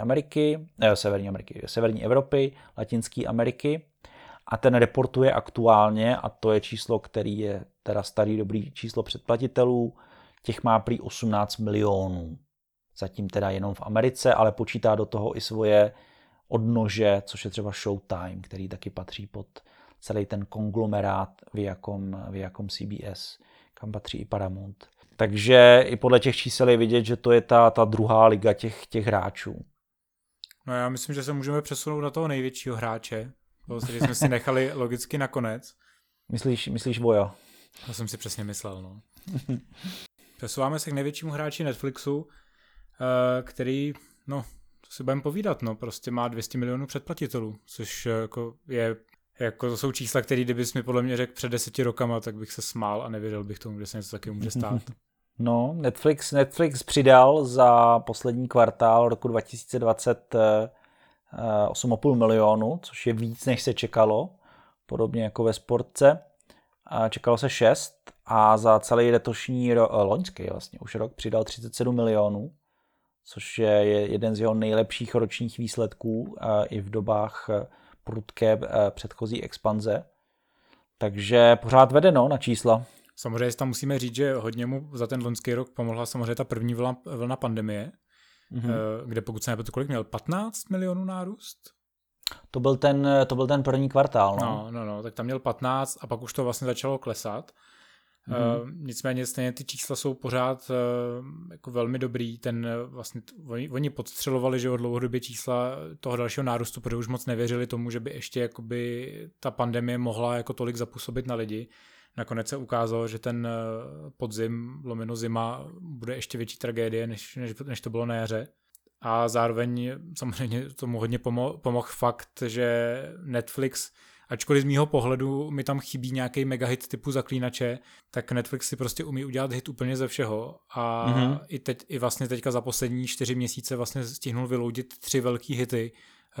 severní Evropy, Latinské Ameriky. A ten reportuje aktuálně, a to je číslo, který je teda starý dobrý číslo předplatitelů, těch má prý 18 milionů. Zatím teda jenom v Americe, ale počítá do toho i svoje odnože, což je třeba Showtime, který taky patří pod celý ten konglomerát Viacom CBS, kam patří i Paramount. Takže i podle těch čísel je vidět, že to je ta druhá liga těch hráčů. No já myslím, že se můžeme přesunout na toho největšího hráče, protože jsme si nechali logicky nakonec. Myslíš Voja? To jsem si přesně myslel, no. Přesouváme se k největšímu hráči Netflixu, který, no, to si budeme povídat, no, prostě má 200 milionů předplatitelů, což jako to jsou čísla, které kdybys mi podle mě řekl před 10 rokama, tak bych se smál a nevěřil bych tomu, že se něco taky může stát. No, Netflix přidal za poslední kvartál roku 2020 8,5 milionu, což je víc, než se čekalo, podobně jako ve sportce. Čekalo se 6 a za celý loňský vlastně už rok přidal 37 milionů, což je jeden z jeho nejlepších ročních výsledků i v dobách prudké předchozí expanze. Takže pořád vede na čísla. Samozřejmě tam musíme říct, že hodně mu za ten loňský rok pomohla samozřejmě ta první vlna pandemie, kde pokud se nepletu, kolik měl 15 milionů nárůst? To byl ten první kvartál. No, tak tam měl 15 a pak už to vlastně začalo klesat. Nicméně stejně ty čísla jsou pořád jako velmi dobrý. Vlastně oni podstřelovali, že o dlouhodobě čísla toho dalšího nárůstu, protože už moc nevěřili tomu, že by ještě jakoby ta pandemie mohla jako tolik zapůsobit na lidi. Nakonec se ukázalo, že ten podzim, lomeno zima, bude ještě větší tragédie, než to bylo na jaře. A zároveň samozřejmě tomu hodně pomohl fakt, že Netflix, ačkoliv z mýho pohledu mi tam chybí nějaký megahit typu Zaklínače, tak Netflix si prostě umí udělat hit úplně ze všeho. A i vlastně teďka za poslední 4 měsíce vlastně stihnul vyloudit 3 velký hity.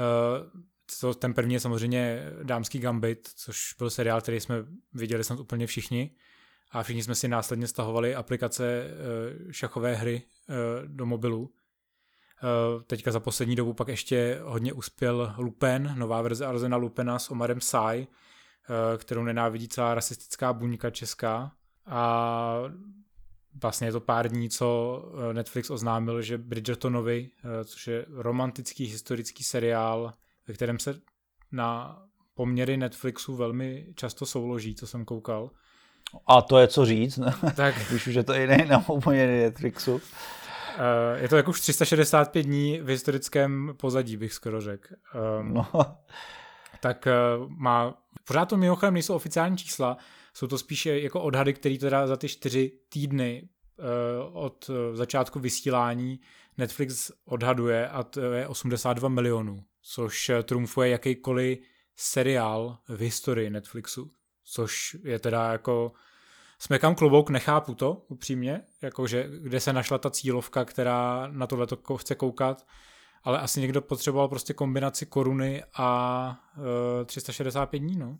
Ten první je samozřejmě Dámský gambit, což byl seriál, který jsme viděli snad úplně všichni. A všichni jsme si následně stahovali aplikace šachové hry do mobilu. Teďka za poslední dobu pak ještě hodně uspěl Lupin, nová verze Arsena Lupina s Omarem Sy, kterou nenávidí celá rasistická buňka česká. A vlastně je to pár dní, co Netflix oznámil, že Bridgertonovi, což je romantický historický seriál, ve kterém se na poměry Netflixu velmi často souloží, co jsem koukal. A to je co říct, tak, když už je to i na poměry Netflixu. Je to jako už 365 dní v historickém pozadí, bych skoro řekl. Tak má, pořád to mimochodem nejsou oficiální čísla, jsou to spíše jako odhady, které teda za ty 4 týdny od začátku vysílání Netflix odhaduje, a to je 82 milionů, což trumfuje jakýkoliv seriál v historii Netflixu, což je teda jako smekám klobouk, nechápu to upřímně, jakože kde se našla ta cílovka, která na tohleto chce koukat, ale asi někdo potřeboval prostě kombinaci koruny a 365 dní, no.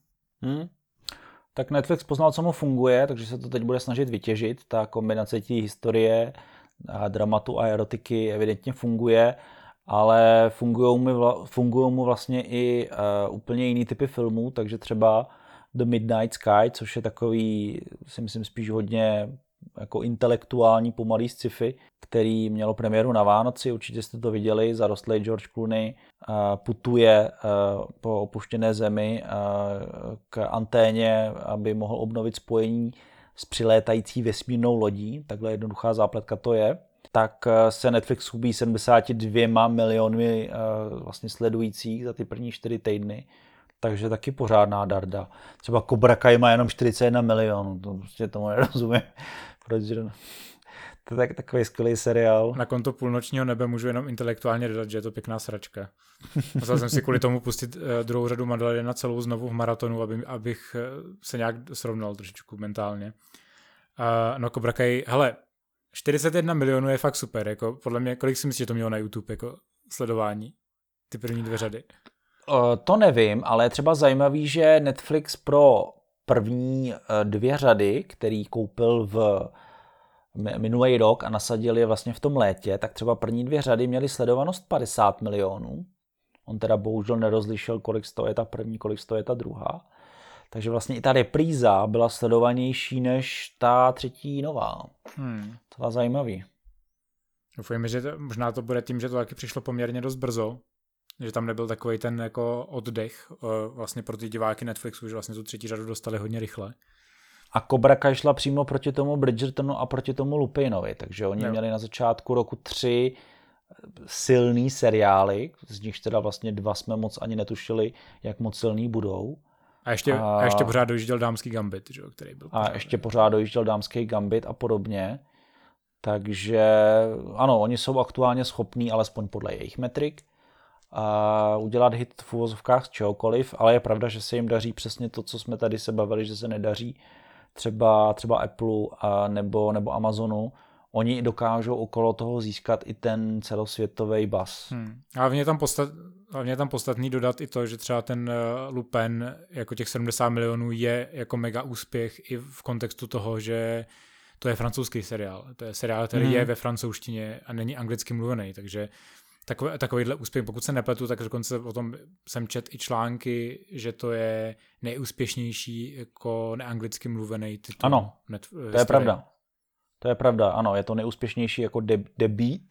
Tak Netflix poznal, co mu funguje, takže se to teď bude snažit vytěžit. Ta kombinace té historie, dramatu a erotiky evidentně funguje, ale fungují mu vlastně i úplně jiný typy filmů, takže třeba The Midnight Sky, což je takový, si myslím, spíš hodně jako intelektuální pomalý sci-fi, který mělo premiéru na Vánoci, určitě jste to viděli, zarostlý George Clooney putuje po opuštěné zemi k anténě, aby mohl obnovit spojení s přilétající vesmírnou lodí, takhle jednoduchá zápletka to je, tak se Netflix chubí 72 miliony vlastně sledujících za ty první 4 týdny, takže taky pořádná darda. Třeba Cobra Kai má jenom 41 milionů, to prostě tomu nerozumím. Protože to je takový skvělý seriál. Na konto Půlnočního nebe můžu jenom intelektuálně dodat, že je to pěkná sračka. Musel jsem si kvůli tomu pustit druhou řadu Mandaloriana celou znovu v maratonu, abych se nějak srovnal trošičku mentálně. No Cobra Kai, hele, 41 milionů je fakt super, jako podle mě, kolik si myslíš, že to mělo na YouTube jako sledování, ty první 2 řady? To nevím, ale je třeba zajímavý, že Netflix pro první 2 řady, který koupil v minulý rok a nasadil je vlastně v tom létě, tak třeba první 2 řady měly sledovanost 50 milionů. On teda bohužel nerozlišil, kolik stojí ta první, kolik stojí ta druhá. Takže vlastně i ta repríza byla sledovanější než ta třetí nová. To je zajímavý. Doufujeme, že možná to bude tím, že to taky přišlo poměrně dost brzo, že tam nebyl takový ten jako oddech vlastně pro ty diváky Netflixu, že vlastně tu třetí řadu dostali hodně rychle. A Cobra Kai šla přímo proti tomu Bridgertonu a proti tomu Lupinovi, takže oni měli na začátku roku 3 silný seriály, z nich teda vlastně 2 jsme moc ani netušili, jak moc silný budou. A ještě pořád dojížděl Dámský gambit, že, který byl. Ještě pořád dojížděl Dámský gambit a podobně. Takže ano, oni jsou aktuálně schopní, alespoň podle jejich metrik, udělat hit v uvozovkách z čehokoliv, ale je pravda, že se jim daří přesně to, co jsme tady se bavili, že se nedaří třeba Apple nebo Amazonu. Oni dokážou okolo toho získat i ten celosvětový buzz. Hlavně je tam podstatný dodat i to, že třeba ten Lupin jako těch 70 milionů je jako mega úspěch i v kontextu toho, že to je francouzský seriál. To je seriál, který je ve francouzštině a není anglicky mluvený, takže takovýhle úspěch, pokud se nepletu, tak dokonce o tom jsem čet i články, že to je nejúspěšnější jako neanglicky mluvený titul. Ano, to je pravda. To je pravda, ano, je to nejúspěšnější jako debut,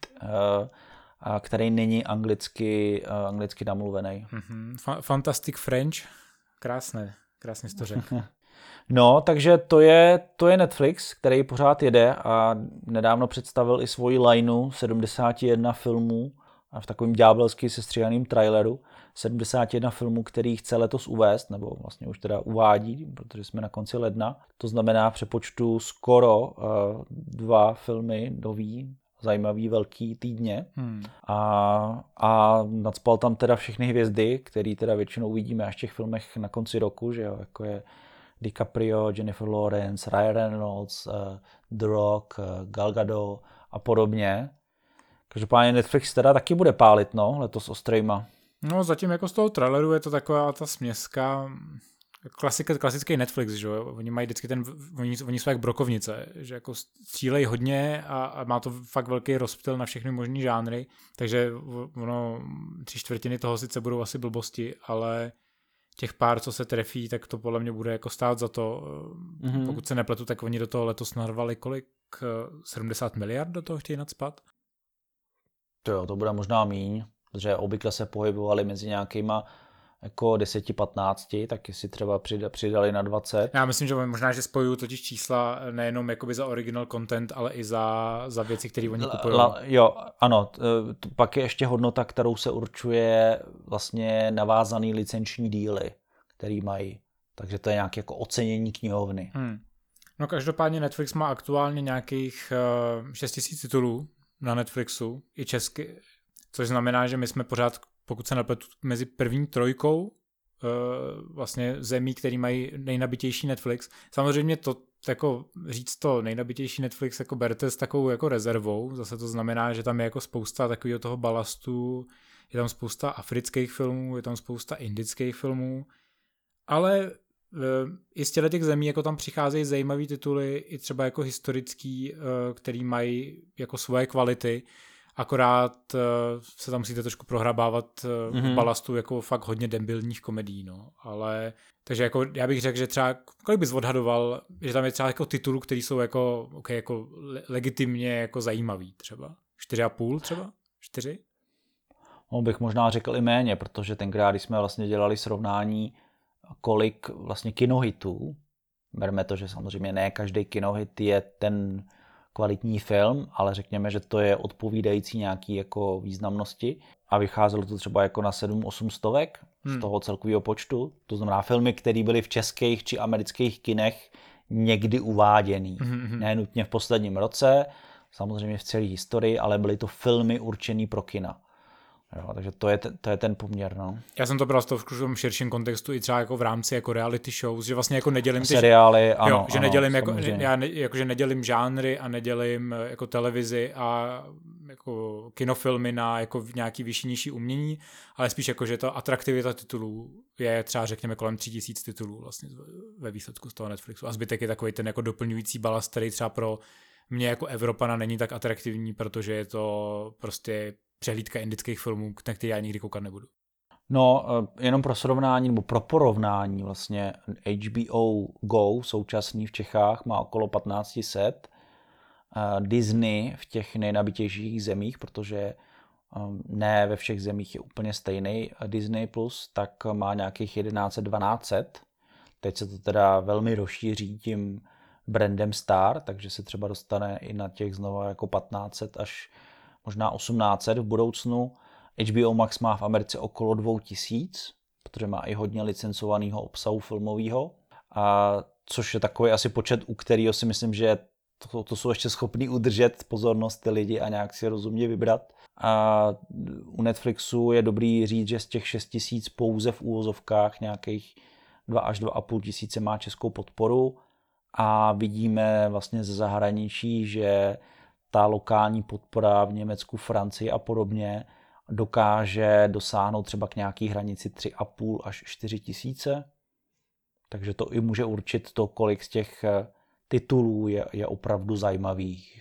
který není anglicky namluvený. Fantastic French, krásně jsi to řekl. No, takže to je Netflix, který pořád jede a nedávno představil i svoji lineu 71 filmů a v takovém ďábelsky sestříhaném traileru 71 filmů, který chce letos uvést, nebo vlastně už teda uvádí, protože jsme na konci ledna. To znamená v přepočtu skoro 2 filmy nový, zajímavý, velký týdně. A nacpal tam teda všechny hvězdy, který teda většinou uvidíme až v těch filmech na konci roku, že jo, jako je DiCaprio, Jennifer Lawrence, Ryan Reynolds, The Rock, Gal Gadot a podobně. Každopádně Netflix teda taky bude pálit, no, letos ostrejma. No zatím jako z toho traileru je to taková ta směska, klasický Netflix, že jo, oni mají vždycky oni jsou jak brokovnice, že jako střílejí hodně a má to fakt velký rozptyl na všechny možný žánry, takže ono 3/4 toho sice budou asi blbosti, ale těch pár, co se trefí, tak to podle mě bude jako stát za to. Pokud se nepletu, tak oni do toho letos narvali kolik? 70 miliard do toho chtějí nacpat? To bude možná míň, protože obvykle se pohybovali mezi nějakýma jako 10-15, tak jestli třeba přidali na 20. Já myslím, že možná, že spojují totiž čísla nejenom jakoby za original content, ale i za věci, které oni kupují. Jo, ano, pak je ještě hodnota, kterou se určuje vlastně navázaný licenční díly, který mají. Takže to je nějaké jako ocenění knihovny. No každopádně Netflix má aktuálně nějakých 6 000 titulů na Netflixu, i česky, což znamená, že my jsme pořád, pokud se nepletu, mezi první 3 vlastně zemí, který mají nejnabitější Netflix. Samozřejmě to jako říct to nejnabitější Netflix jako berte s takovou jako rezervou, zase to znamená, že tam je jako spousta takového toho balastu je tam spousta afrických filmů, je tam spousta indických filmů, ale i z těch zemí jako tam přicházejí zajímavý tituly, i třeba jako historický, který mají jako svoje kvality, akorát se tam musíte trošku prohrabávat v balastu jako fakt hodně debilních komedií, no, ale takže jako já bych řekl, že třeba kolik bys odhadoval, že tam je třeba jako titulů, který jsou jako, okay, jako legitimně jako zajímavý třeba, 4,5 třeba, 4? No, bych možná řekl i méně, protože tenkrát, když jsme vlastně dělali srovnání, kolik vlastně kinohitů, berme to, že samozřejmě ne každý kinohit je ten kvalitní film, ale řekněme, že to je odpovídající nějaký jako významnosti a vycházelo to třeba jako na 7-8 stovek z toho celkového počtu, to znamená filmy, které byly v českých či amerických kinech někdy uváděný. Ne nutně v posledním roce, samozřejmě v celé historii, ale byly to filmy určený pro kina. Jo, takže to je ten poměr, no. Já jsem to bral v tom širším kontextu i třeba jako v rámci jako reality shows, že vlastně jako nedělím ty seriály, ano, jo, že ano, nedělím jako, jakože nedělím žánry a nedělím jako televizi a jako kinofilmy na jako nějaký vyšší nižší umění, ale spíš jako, že ta atraktivita titulů je třeba řekněme kolem 3000 titulů vlastně ve výsledku z toho Netflixu a zbytek je takový ten jako doplňující balast, který třeba pro mě jako Evropana není tak atraktivní, protože je to prostě přehlídka indických filmů, na které já nikdy koukat nebudu. No, jenom pro srovnání, nebo pro porovnání vlastně HBO Go současný v Čechách má okolo 1500, Disney v těch nejnabitějších zemích, protože ne ve všech zemích je úplně stejný Disney+, tak má nějakých 1100-1200. Teď se to teda velmi rozšíří tím brandem Star, takže se třeba dostane i na těch znova jako 1500 až možná 1800 v budoucnu. HBO Max má v Americe okolo 2000, protože má i hodně licencovaného obsahu filmového, což je takový asi počet, u kterého si myslím, že to jsou ještě schopní udržet pozornost ty lidi a nějak si rozumně vybrat. A u Netflixu je dobrý říct, že z těch 6000 pouze v úvozovkách nějakých 2 až 2,5 tisíce má českou podporu a vidíme vlastně ze zahraničí, že ta lokální podpora v Německu, Francii a podobně dokáže dosáhnout třeba k nějaký hranici 3,5 až 4 tisíce. Takže to i může určit to, kolik z těch titulů je opravdu zajímavých,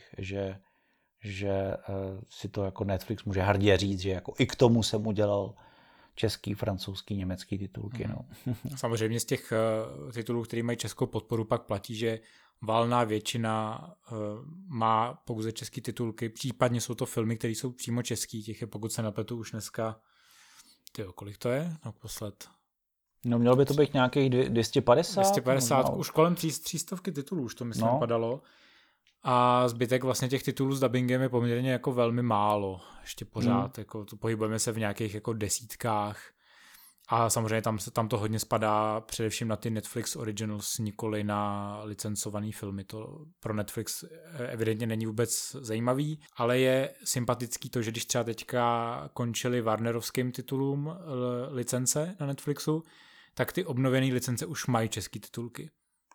že si to jako Netflix může hrdě říct, že jako i k tomu jsem udělal český, francouzský, německý titulky. No. Samozřejmě z těch titulů, které mají českou podporu, pak platí, že valná většina má pouze české titulky, případně jsou to filmy, které jsou přímo český, těch je, pokud se napletu už dneska, kolik to je naposled? No mělo by to být nějakých 250? 250, možná. Už kolem 300 titulů už to myslím padalo. A zbytek vlastně těch titulů s dubbingem je poměrně jako velmi málo, ještě pořád, jako to pohybujeme se v nějakých jako desítkách a samozřejmě tam to hodně spadá především na ty Netflix Originals, nikoli na licencovaný filmy, to pro Netflix evidentně není vůbec zajímavý, ale je sympatický to, že když třeba teďka končily Warnerovským titulům licence na Netflixu, tak ty obnovené licence už mají české titulky.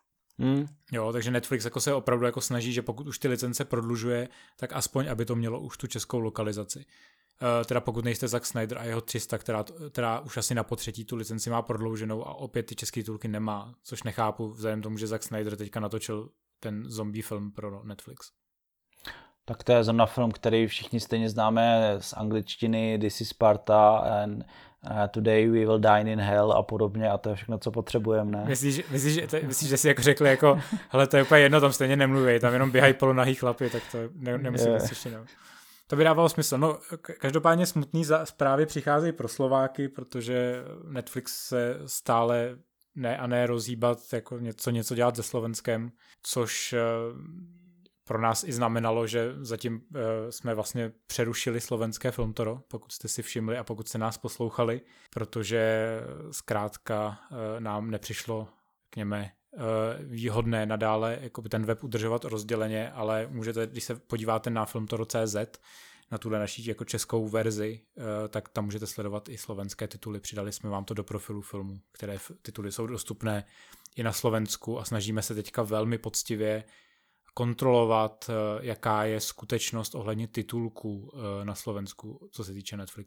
Jo, takže Netflix jako se opravdu jako snaží, že pokud už ty licence prodlužuje, tak aspoň, aby to mělo už tu českou lokalizaci. Teda pokud nejste Zack Snyder a jeho 300, která už asi na potřetí tu licenci má prodlouženou a opět ty české titulky nemá, což nechápu vzhledem tomu, že Zack Snyder teďka natočil ten zombie film pro Netflix. Tak to je zrovna film, který všichni stejně známe z angličtiny, This is Sparta and Today we will dine in hell a podobně a to je všechno, co potřebujeme, ne? Myslíš, že si jako řekli, jako, hele, to je úplně jedno, tam stejně nemluví, tam jenom běhají polonahý chlapy, tak to nemusím myslet. To by dávalo smysl. No, každopádně smutný zprávy přicházejí pro Slováky, protože Netflix se stále ne rozhýbat, jako něco dělat se Slovenskem, což pro nás i znamenalo, že zatím jsme vlastně přerušili slovenské Filmtoro, pokud jste si všimli a pokud jste nás poslouchali, protože zkrátka nám nepřišlo, řekněme, výhodné nadále jakoby ten web udržovat rozděleně, ale můžete, když se podíváte na filmtoro.cz, na tuhle naší jako českou verzi, tak tam můžete sledovat i slovenské tituly. Přidali jsme vám to do profilu filmu, které tituly jsou dostupné i na Slovensku a snažíme se teďka velmi poctivě kontrolovat, jaká je skutečnost ohledně titulků na Slovensku, co se týče Netflixu.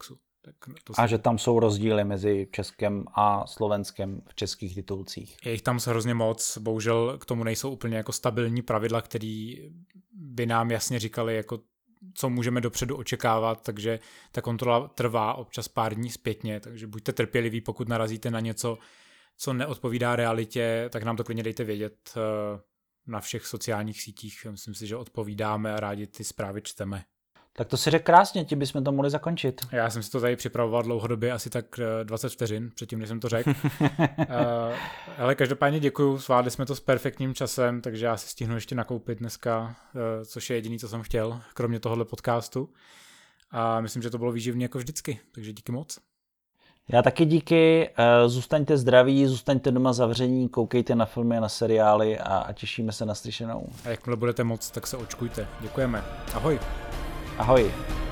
A že tam jsou rozdíly mezi Českem a Slovenskem v českých titulcích. Je jich tam hrozně moc, bohužel k tomu nejsou úplně jako stabilní pravidla, které by nám jasně říkali, jako co můžeme dopředu očekávat, takže ta kontrola trvá občas pár dní zpětně, takže buďte trpěliví, pokud narazíte na něco, co neodpovídá realitě, tak nám to klidně dejte vědět na všech sociálních sítích. Myslím si, že odpovídáme a rádi ty zprávy čteme. Tak to si řekl krásně, ti bychom to mohli zakončit. Já jsem si to tady připravoval dlouhodobě, asi tak 20 vteřin, předtím, než jsem to řekl. Ale každopádně děkuju, zvládli jsme to s perfektním časem, takže já si stihnu ještě nakoupit dneska, což je jediný, co jsem chtěl, kromě tohohle podcastu. A myslím, že to bylo výživné jako vždycky, takže díky moc. Já taky díky, zůstaňte zdraví, zůstaňte doma zavření, koukejte na filmy a na seriály a těšíme se na slyšenou. A jakmile budete moc, tak se očkujte. Děkujeme. Ahoj. Ahoj.